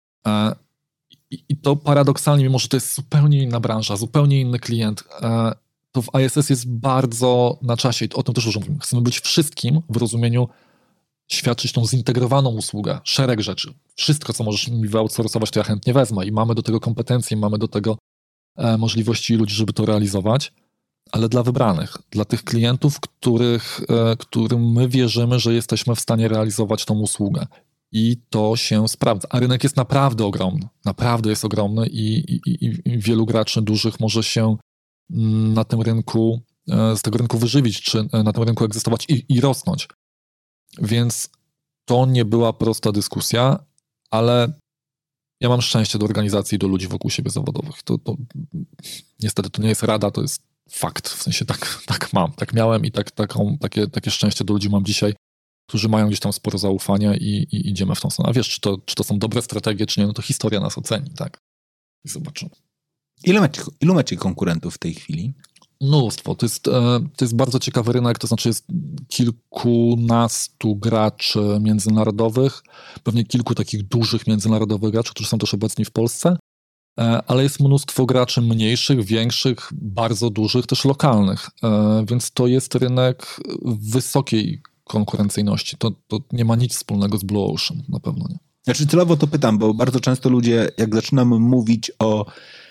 I to paradoksalnie, mimo że to jest zupełnie inna branża, zupełnie inny klient, to w ISS jest bardzo na czasie i o tym też już mówimy. Chcemy być wszystkim w rozumieniu świadczyć tą zintegrowaną usługę, szereg rzeczy. Wszystko, co możesz mi wyoutsourcować, to ja chętnie wezmę i mamy do tego kompetencje, mamy do tego możliwości ludzi, żeby to realizować, ale dla wybranych, dla tych klientów, którym my wierzymy, że jesteśmy w stanie realizować tą usługę. I to się sprawdza. A rynek jest naprawdę ogromny. Naprawdę jest ogromny i wielu graczy dużych może się na tym rynku, z tego rynku wyżywić, czy na tym rynku egzystować i rosnąć. Więc to nie była prosta dyskusja, ale ja mam szczęście do organizacji i do ludzi wokół siebie zawodowych. To niestety to nie jest rada, to jest fakt. W sensie tak mam, tak miałem i takie szczęście do ludzi mam dzisiaj, którzy mają gdzieś tam sporo zaufania i idziemy w tą stronę. A wiesz, czy to są dobre strategie, czy nie, no to historia nas oceni, tak? I zobaczymy. Ilu macie konkurentów w tej chwili? Mnóstwo. To jest bardzo ciekawy rynek, to znaczy jest kilkunastu graczy międzynarodowych, pewnie kilku takich dużych międzynarodowych graczy, którzy są też obecni w Polsce, ale jest mnóstwo graczy mniejszych, większych, bardzo dużych, też lokalnych, więc to jest rynek wysokiej konkurencyjności. To nie ma nic wspólnego z Blue Ocean, na pewno nie. Znaczy celowo to pytam, bo bardzo często ludzie, jak zaczynam mówić o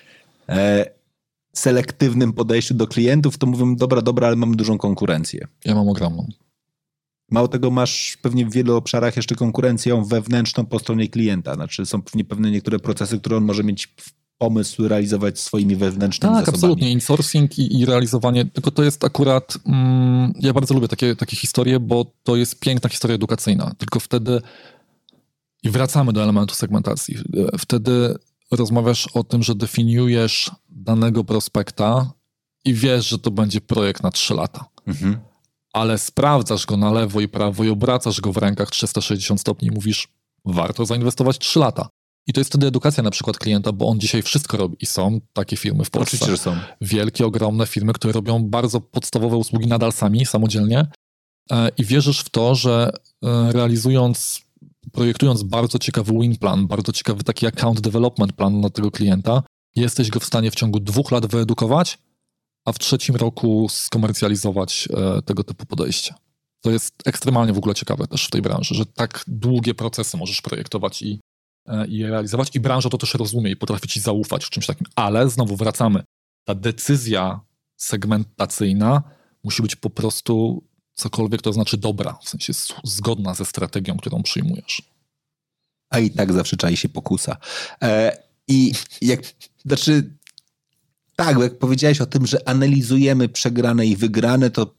selektywnym podejściu do klientów, to mówią, dobra, ale mamy dużą konkurencję. Ja mam ogromną. Mało tego, masz pewnie w wielu obszarach jeszcze konkurencję wewnętrzną po stronie klienta. Znaczy są pewnie pewne niektóre procesy, które on może mieć pomysł realizować swoimi wewnętrznymi zasobami. Tak, absolutnie. Insourcing i realizowanie, tylko to jest akurat, ja bardzo lubię takie historie, bo to jest piękna historia edukacyjna. Tylko wtedy, i wracamy do elementu segmentacji, wtedy rozmawiasz o tym, że definiujesz danego prospekta i wiesz, że to będzie projekt na 3 lata. Mhm. Ale sprawdzasz go na lewo i prawo i obracasz go w rękach 360 stopni i mówisz, warto zainwestować 3 lata. I to jest wtedy edukacja na przykład klienta, bo on dzisiaj wszystko robi i są takie firmy w Polsce. Oczywiście, że są. Wielkie, ogromne firmy, które robią bardzo podstawowe usługi nadal sami, samodzielnie i wierzysz w to, że projektując bardzo ciekawy win plan, bardzo ciekawy taki account development plan na tego klienta, jesteś go w stanie w ciągu 2 lat wyedukować, a w 3 roku skomercjalizować tego typu podejście. To jest ekstremalnie w ogóle ciekawe też w tej branży, że tak długie procesy możesz projektować i realizować i branża to też rozumie i potrafi ci zaufać w czymś takim. Ale znowu wracamy. Ta decyzja segmentacyjna musi być po prostu cokolwiek to znaczy dobra, w sensie zgodna ze strategią, którą przyjmujesz. A i tak zawsze czai się pokusa. Tak, jak powiedziałeś o tym, że analizujemy przegrane i wygrane, to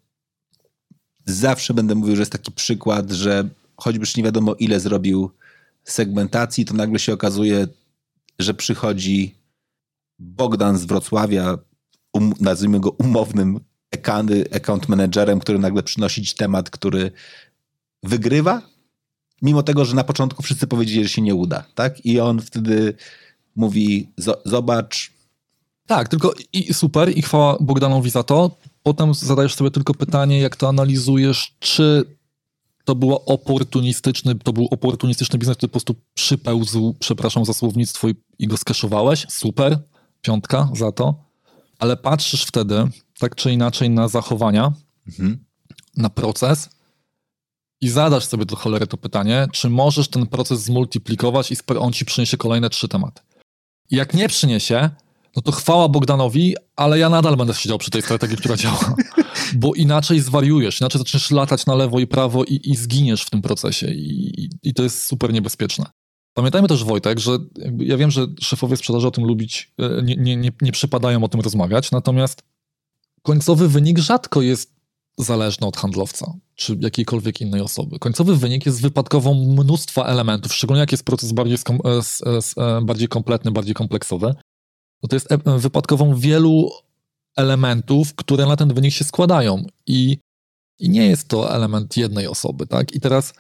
zawsze będę mówił, że jest taki przykład, że choćbyś nie wiadomo ile zrobił segmentacji, to nagle się okazuje, że przychodzi Bogdan z Wrocławia, nazwijmy go umownym account managerem, który nagle przynosi ci temat, który wygrywa, mimo tego, że na początku wszyscy powiedzieli, że się nie uda, tak? I on wtedy mówi, zobacz. Tak, tylko i super, i chwała Bogdanowi za to. Potem zadajesz sobie tylko pytanie, jak to analizujesz, czy to był oportunistyczny biznes, który po prostu przypełzł, przepraszam za słownictwo, i go skeszowałeś. Super, 5 za to. Ale patrzysz wtedy, tak czy inaczej, na zachowania, na proces i zadasz sobie do cholery to pytanie, czy możesz ten proces zmultiplikować i on ci przyniesie kolejne 3 tematy. I jak nie przyniesie, no to chwała Bogdanowi, ale ja nadal będę siedział przy tej strategii, która działa. Bo inaczej zwariujesz, inaczej zaczniesz latać na lewo i prawo i zginiesz w tym procesie. I to jest super niebezpieczne. Pamiętajmy też, Wojtek, że ja wiem, że szefowie sprzedaży o tym lubić, nie przypadają o tym rozmawiać, natomiast końcowy wynik rzadko jest zależny od handlowca, czy jakiejkolwiek innej osoby. Końcowy wynik jest wypadkową mnóstwa elementów, szczególnie jak jest proces bardziej kompletny, bardziej kompleksowy. To jest wypadkową wielu elementów, które na ten wynik się składają i nie jest to element jednej osoby, tak? I teraz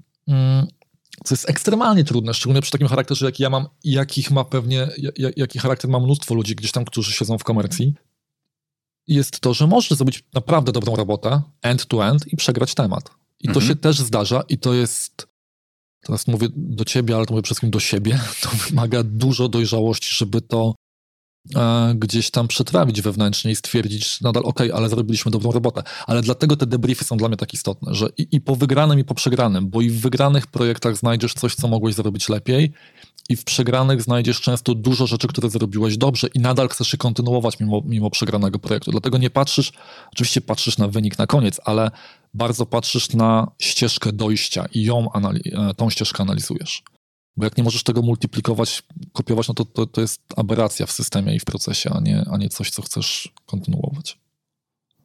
co jest ekstremalnie trudne, szczególnie przy takim charakterze, jaki ja mam i jaki charakter ma mnóstwo ludzi gdzieś tam, którzy siedzą w komercji, jest to, że możesz zrobić naprawdę dobrą robotę end-to-end i przegrać temat. I to się też zdarza i to jest, teraz mówię do ciebie, ale to mówię przede wszystkim do siebie, to wymaga dużo dojrzałości, żeby to gdzieś tam przetrawić wewnętrznie i stwierdzić nadal, ale zrobiliśmy dobrą robotę. Ale dlatego te debriefy są dla mnie tak istotne, że i po wygranym, i po przegranym, bo i w wygranych projektach znajdziesz coś, co mogłeś zrobić lepiej, i w przegranych znajdziesz często dużo rzeczy, które zrobiłeś dobrze i nadal chcesz je kontynuować mimo przegranego projektu. Dlatego nie patrzysz, oczywiście patrzysz na wynik na koniec, ale bardzo patrzysz na ścieżkę dojścia i tą ścieżkę analizujesz. Bo jak nie możesz tego multiplikować, kopiować, no to jest aberracja w systemie i w procesie, a nie coś, co chcesz kontynuować.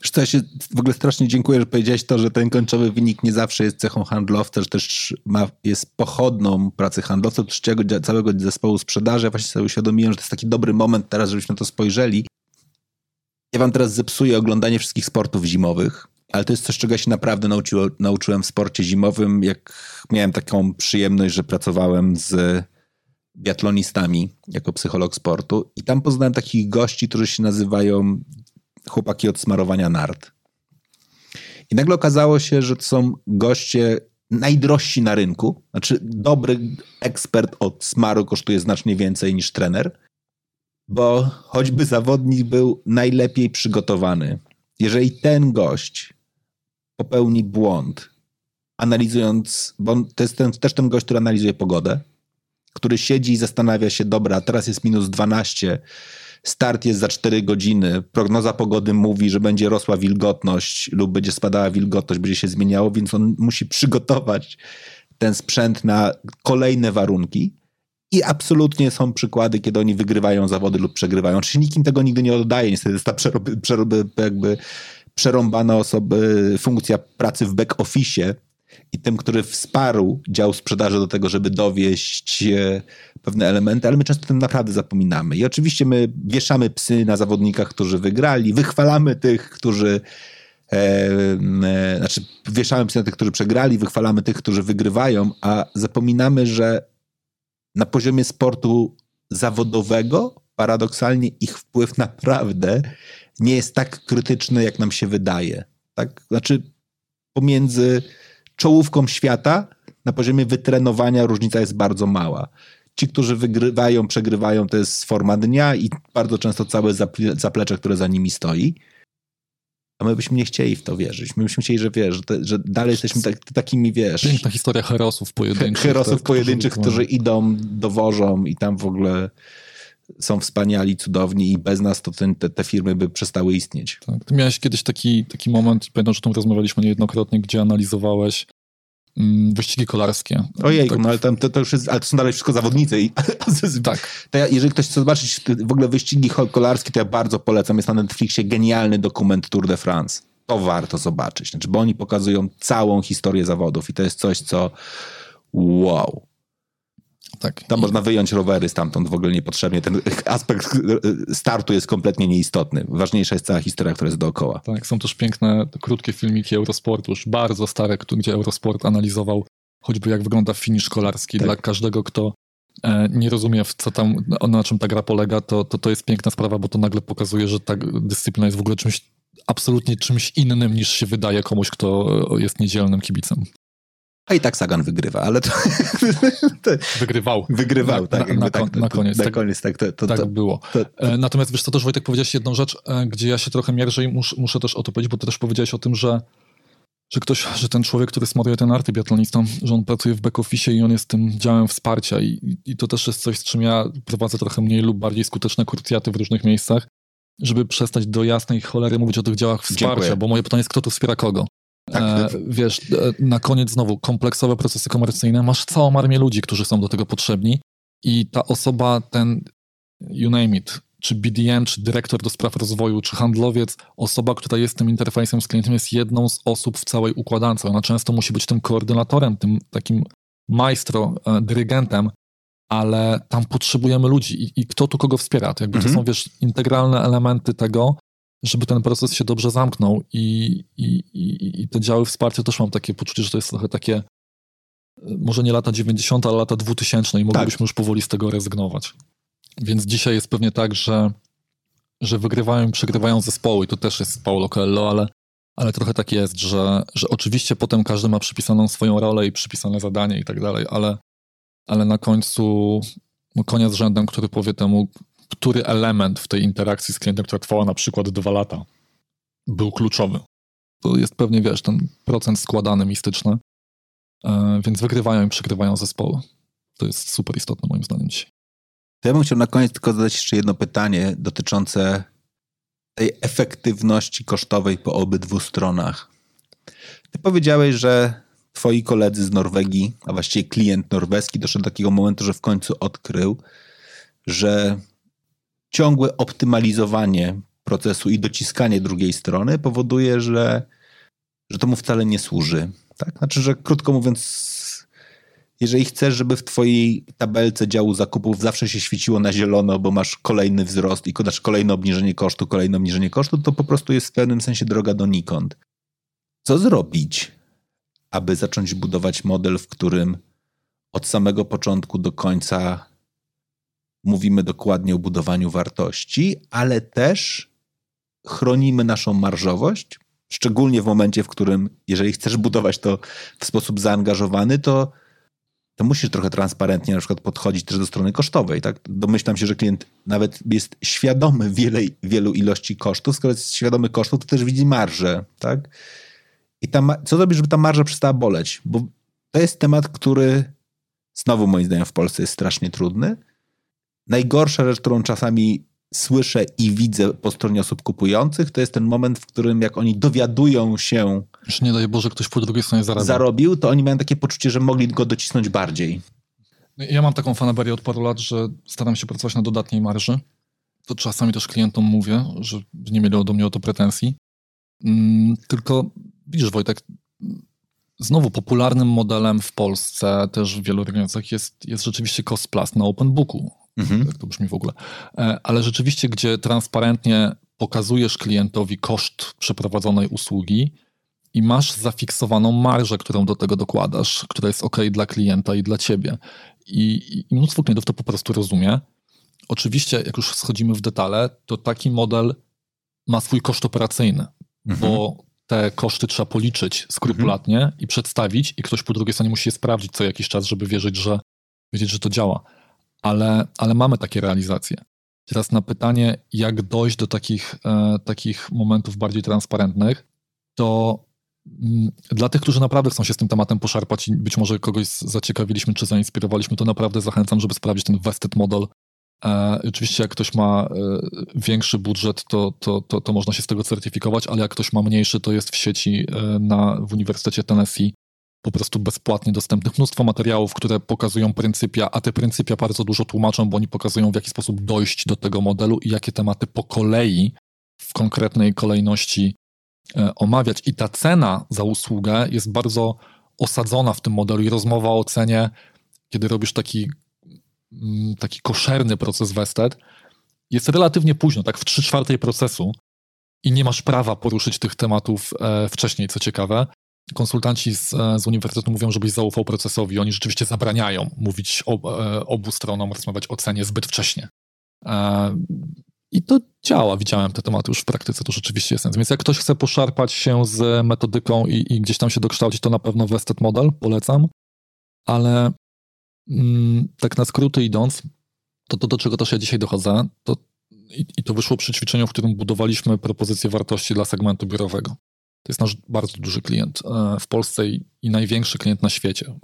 Ja się w ogóle strasznie dziękuję, że powiedziałeś to, że ten końcowy wynik nie zawsze jest cechą handlowca, że też jest pochodną pracy handlowca, całego zespołu sprzedaży. Ja właśnie sobie uświadomiłem, że to jest taki dobry moment teraz, żebyśmy na to spojrzeli. Ja wam teraz zepsuję oglądanie wszystkich sportów zimowych, ale to jest coś, czego ja się naprawdę nauczyłem w sporcie zimowym, jak miałem taką przyjemność, że pracowałem z biatlonistami jako psycholog sportu i tam poznałem takich gości, którzy się nazywają chłopaki od smarowania nart. I nagle okazało się, że to są goście najdrożsi na rynku. Znaczy dobry ekspert od smaru kosztuje znacznie więcej niż trener, bo choćby zawodnik był najlepiej przygotowany. Jeżeli ten gość popełni błąd, analizując, bo to jest też ten gość, który analizuje pogodę, który siedzi i zastanawia się, dobra, teraz jest -12, start jest za 4 godziny, prognoza pogody mówi, że będzie rosła wilgotność lub będzie spadała wilgotność, będzie się zmieniało, więc on musi przygotować ten sprzęt na kolejne warunki i absolutnie są przykłady, kiedy oni wygrywają zawody lub przegrywają. Oczywiście nikim tego nigdy nie oddaje, niestety jest ta przerąbana funkcja pracy w back office i tym, który wsparł dział sprzedaży do tego, żeby dowieść pewne elementy, ale my często o tym naprawdę zapominamy. I oczywiście my wieszamy psy na zawodnikach, którzy wygrali, wychwalamy tych, którzy wieszamy psy na tych, którzy przegrali, wychwalamy tych, którzy wygrywają, a zapominamy, że na poziomie sportu zawodowego paradoksalnie ich wpływ naprawdę nie jest tak krytyczny, jak nam się wydaje. Tak? Znaczy pomiędzy czołówką świata na poziomie wytrenowania różnica jest bardzo mała. Ci, którzy wygrywają, przegrywają, to jest forma dnia i bardzo często całe zaplecze, które za nimi stoi. A my byśmy nie chcieli w to wierzyć. My byśmy chcieli, że dalej jesteśmy takimi, Piękna historia herosów pojedynczych. Którzy idą, dowożą i tam w ogóle są wspaniali, cudowni i bez nas to te firmy by przestały istnieć. Tak. Ty miałeś kiedyś taki moment, pamiętam, że o tym rozmawialiśmy niejednokrotnie, gdzie analizowałeś wyścigi kolarskie. Ojej, tak. No ale to już jest, ale to są dalej wszystko zawodnicy. Tak. To jeżeli ktoś chce zobaczyć w ogóle wyścigi kolarskie, to ja bardzo polecam. Jest na Netflixie genialny dokument Tour de France. To warto zobaczyć. Znaczy, bo oni pokazują całą historię zawodów i to jest coś, co wow. Tak. Tam można wyjąć rowery stamtąd w ogóle niepotrzebnie. Ten aspekt startu jest kompletnie nieistotny. Ważniejsza jest cała historia, która jest dookoła. Tak, są też piękne, krótkie filmiki Eurosportu, już bardzo stare, gdzie Eurosport analizował choćby jak wygląda finisz kolarski. Tak. Dla każdego, kto nie rozumie, co tam, na czym ta gra polega, to jest piękna sprawa, bo to nagle pokazuje, że ta dyscyplina jest w ogóle absolutnie czymś innym, niż się wydaje komuś, kto jest niedzielnym kibicem. A i tak Sagan wygrywa, ale to... Wygrywał, tak. Na koniec. Na koniec, tak. Tak było. Natomiast wiesz co, też Wojtek powiedziałeś jedną rzecz, gdzie ja się trochę mierzę i muszę też o to powiedzieć, bo ty też powiedziałeś o tym, że ten człowiek, który smaruje ten narty biatlonistą, że on pracuje w back office i on jest tym działem wsparcia i to też jest coś, z czym ja prowadzę trochę mniej lub bardziej skuteczne krucjaty w różnych miejscach, żeby przestać do jasnej cholery mówić o tych działach wsparcia, Dziękuję. Bo moje pytanie jest, kto tu wspiera kogo? Tak. Wiesz, na koniec znowu kompleksowe procesy komercyjne, masz całą armię ludzi, którzy są do tego potrzebni i ta osoba, ten you name it, czy BDM, czy dyrektor do spraw rozwoju, czy handlowiec, osoba, która jest tym interfejsem z klientem, jest jedną z osób w całej układance. Ona często musi być tym koordynatorem, tym takim maestro, dyrygentem, ale tam potrzebujemy ludzi i kto tu kogo wspiera. To jakby to są, wiesz, integralne elementy tego, żeby ten proces się dobrze zamknął i te działy wsparcia też mam takie poczucie, że to jest trochę takie może nie lata 90, ale lata 2000 i moglibyśmy już powoli z tego rezygnować. Więc dzisiaj jest pewnie tak, że wygrywają i przegrywają zespoły i to też jest Paulo Coelho, ale trochę tak jest, że oczywiście potem każdy ma przypisaną swoją rolę i przypisane zadanie i tak dalej, ale na końcu konia z rzędem, który powie temu, który element w tej interakcji z klientem, która trwała na przykład 2 lata, był kluczowy. To jest pewnie, wiesz, ten procent składany, mistyczny, więc wygrywają i przegrywają zespoły. To jest super istotne moim zdaniem dzisiaj. To ja bym chciał na koniec tylko zadać jeszcze jedno pytanie dotyczące tej efektywności kosztowej po obydwu stronach. Ty powiedziałeś, że twoi koledzy z Norwegii, a właściwie klient norweski doszedł do takiego momentu, że w końcu odkrył, że ciągłe optymalizowanie procesu i dociskanie drugiej strony powoduje, że to mu wcale nie służy. Tak? Znaczy, że krótko mówiąc, jeżeli chcesz, żeby w twojej tabelce działu zakupów zawsze się świeciło na zielono, bo masz kolejny wzrost i kolejne obniżenie kosztu, to po prostu jest w pewnym sensie droga donikąd. Co zrobić, aby zacząć budować model, w którym od samego początku do końca mówimy dokładnie o budowaniu wartości, ale też chronimy naszą marżowość, szczególnie w momencie, w którym jeżeli chcesz budować to w sposób zaangażowany, to musisz trochę transparentnie na przykład podchodzić też do strony kosztowej. Tak? Domyślam się, że klient nawet jest świadomy wielu ilości kosztów. Skoro jest świadomy kosztów, to też widzi marżę. Tak? I co zrobić, żeby ta marża przestała boleć? Bo to jest temat, który znowu moim zdaniem w Polsce jest strasznie trudny. Najgorsza rzecz, którą czasami słyszę i widzę po stronie osób kupujących, to jest ten moment, w którym jak oni dowiadują się, że nie daj Boże, ktoś po drugiej stronie zarobił, to oni mają takie poczucie, że mogli go docisnąć bardziej. Ja mam taką fanaberię od paru lat, że staram się pracować na dodatniej marży. To czasami też klientom mówię, że nie mieli do mnie o to pretensji. Tylko widzisz, Wojtek, znowu popularnym modelem w Polsce, też w wielu organizacjach jest rzeczywiście cost plus na open booku. Jak to brzmi w ogóle. Ale rzeczywiście, gdzie transparentnie pokazujesz klientowi koszt przeprowadzonej usługi i masz zafiksowaną marżę, którą do tego dokładasz, która jest ok dla klienta i dla ciebie. I mnóstwo klientów to po prostu rozumie. Oczywiście, jak już schodzimy w detale, to taki model ma swój koszt operacyjny, bo te koszty trzeba policzyć skrupulatnie i przedstawić i ktoś po drugiej stronie musi je sprawdzić co jakiś czas, żeby wiedzieć, że to działa. Ale mamy takie realizacje. Teraz na pytanie, jak dojść do takich momentów bardziej transparentnych, to dla tych, którzy naprawdę chcą się z tym tematem poszarpać i być może kogoś zaciekawiliśmy czy zainspirowaliśmy, to naprawdę zachęcam, żeby sprawdzić ten vested model. Oczywiście jak ktoś ma większy budżet, to można się z tego certyfikować, ale jak ktoś ma mniejszy, to jest w sieci w Uniwersytecie Tennessee po prostu bezpłatnie dostępnych mnóstwo materiałów, które pokazują pryncypia, a te pryncypia bardzo dużo tłumaczą, bo oni pokazują, w jaki sposób dojść do tego modelu i jakie tematy po kolei w konkretnej kolejności omawiać. I ta cena za usługę jest bardzo osadzona w tym modelu i rozmowa o cenie, kiedy robisz taki koszerny proces vested, jest relatywnie późno, tak w 3/4 procesu i nie masz prawa poruszyć tych tematów wcześniej, co ciekawe. Konsultanci z uniwersytetu mówią, żebyś zaufał procesowi. Oni rzeczywiście zabraniają mówić obu stronom, rozmawiać o cenie zbyt wcześnie. I to działa. Widziałem te tematy już w praktyce, to rzeczywiście jest sens. Więc jak ktoś chce poszarpać się z metodyką i gdzieś tam się dokształcić, to na pewno vested model polecam. Ale tak na skróty idąc, to do czego też ja dzisiaj dochodzę, i to wyszło przy ćwiczeniu, w którym budowaliśmy propozycję wartości dla segmentu biurowego. To jest nasz bardzo duży klient w Polsce i największy klient na świecie.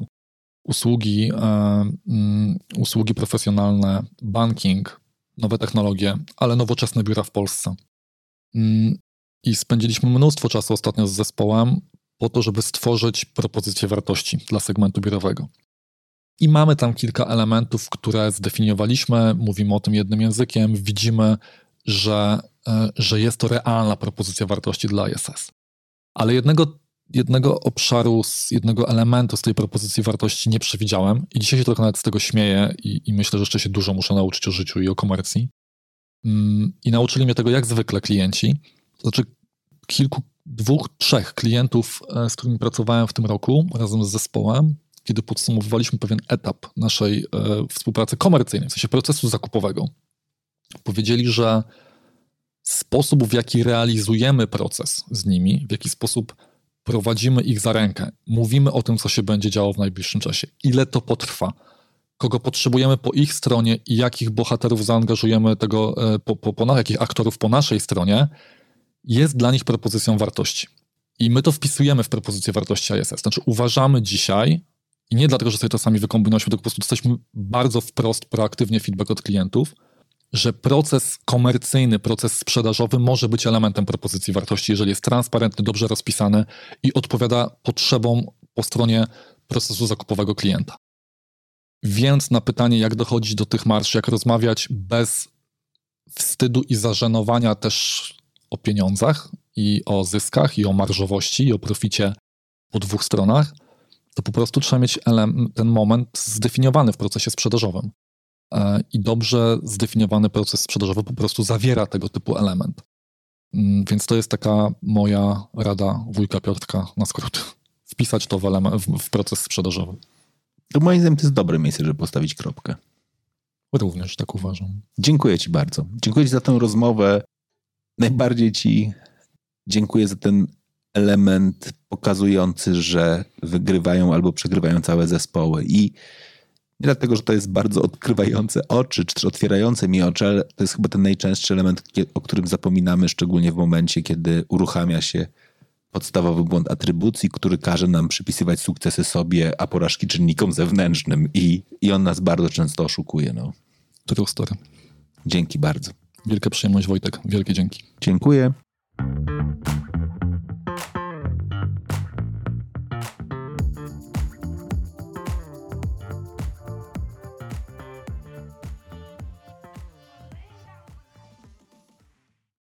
Usługi profesjonalne, banking, nowe technologie, ale nowoczesne biura w Polsce. I spędziliśmy mnóstwo czasu ostatnio z zespołem po to, żeby stworzyć propozycję wartości dla segmentu biurowego. I mamy tam kilka elementów, które zdefiniowaliśmy, mówimy o tym jednym językiem, widzimy, że jest to realna propozycja wartości dla ISS. Ale jednego obszaru, jednego elementu z tej propozycji wartości nie przewidziałem i dzisiaj się trochę nawet z tego śmieję i myślę, że jeszcze się dużo muszę nauczyć o życiu i o komercji. I nauczyli mnie tego jak zwykle klienci. To znaczy dwóch, trzech klientów, z którymi pracowałem w tym roku razem z zespołem, kiedy podsumowywaliśmy pewien etap naszej współpracy komercyjnej, w sensie procesu zakupowego. Powiedzieli, że sposób, w jaki realizujemy proces z nimi, w jaki sposób prowadzimy ich za rękę, mówimy o tym, co się będzie działo w najbliższym czasie, ile to potrwa, kogo potrzebujemy po ich stronie i jakich bohaterów zaangażujemy jakich aktorów po naszej stronie, jest dla nich propozycją wartości. I my to wpisujemy w propozycję wartości ISS. Znaczy uważamy dzisiaj, i nie dlatego, że sobie to sami wykombinowaliśmy, tylko po prostu dostaliśmy bardzo wprost, proaktywnie feedback od klientów, że proces komercyjny, proces sprzedażowy może być elementem propozycji wartości, jeżeli jest transparentny, dobrze rozpisany i odpowiada potrzebom po stronie procesu zakupowego klienta. Więc na pytanie, jak dochodzić do tych marsz, jak rozmawiać bez wstydu i zażenowania też o pieniądzach i o zyskach, i o marżowości, i o proficie po dwóch stronach, to po prostu trzeba mieć ten moment zdefiniowany w procesie sprzedażowym. I dobrze zdefiniowany proces sprzedażowy po prostu zawiera tego typu element. Więc to jest taka moja rada wujka Piotrka na skrót. Wpisać to w proces sprzedażowy. To moim zdaniem to jest dobre miejsce, żeby postawić kropkę. Również tak uważam. Dziękuję ci bardzo. Dziękuję ci za tę rozmowę. Najbardziej ci dziękuję za ten element pokazujący, że wygrywają albo przegrywają całe zespoły. I nie dlatego, że to jest bardzo odkrywające oczy, czy otwierające mi oczy, ale to jest chyba ten najczęstszy element, o którym zapominamy, szczególnie w momencie, kiedy uruchamia się podstawowy błąd atrybucji, który każe nam przypisywać sukcesy sobie, a porażki czynnikom zewnętrznym. I on nas bardzo często oszukuje. No. True story. Dzięki bardzo. Wielka przyjemność, Wojtek. Wielkie dzięki. Dziękuję.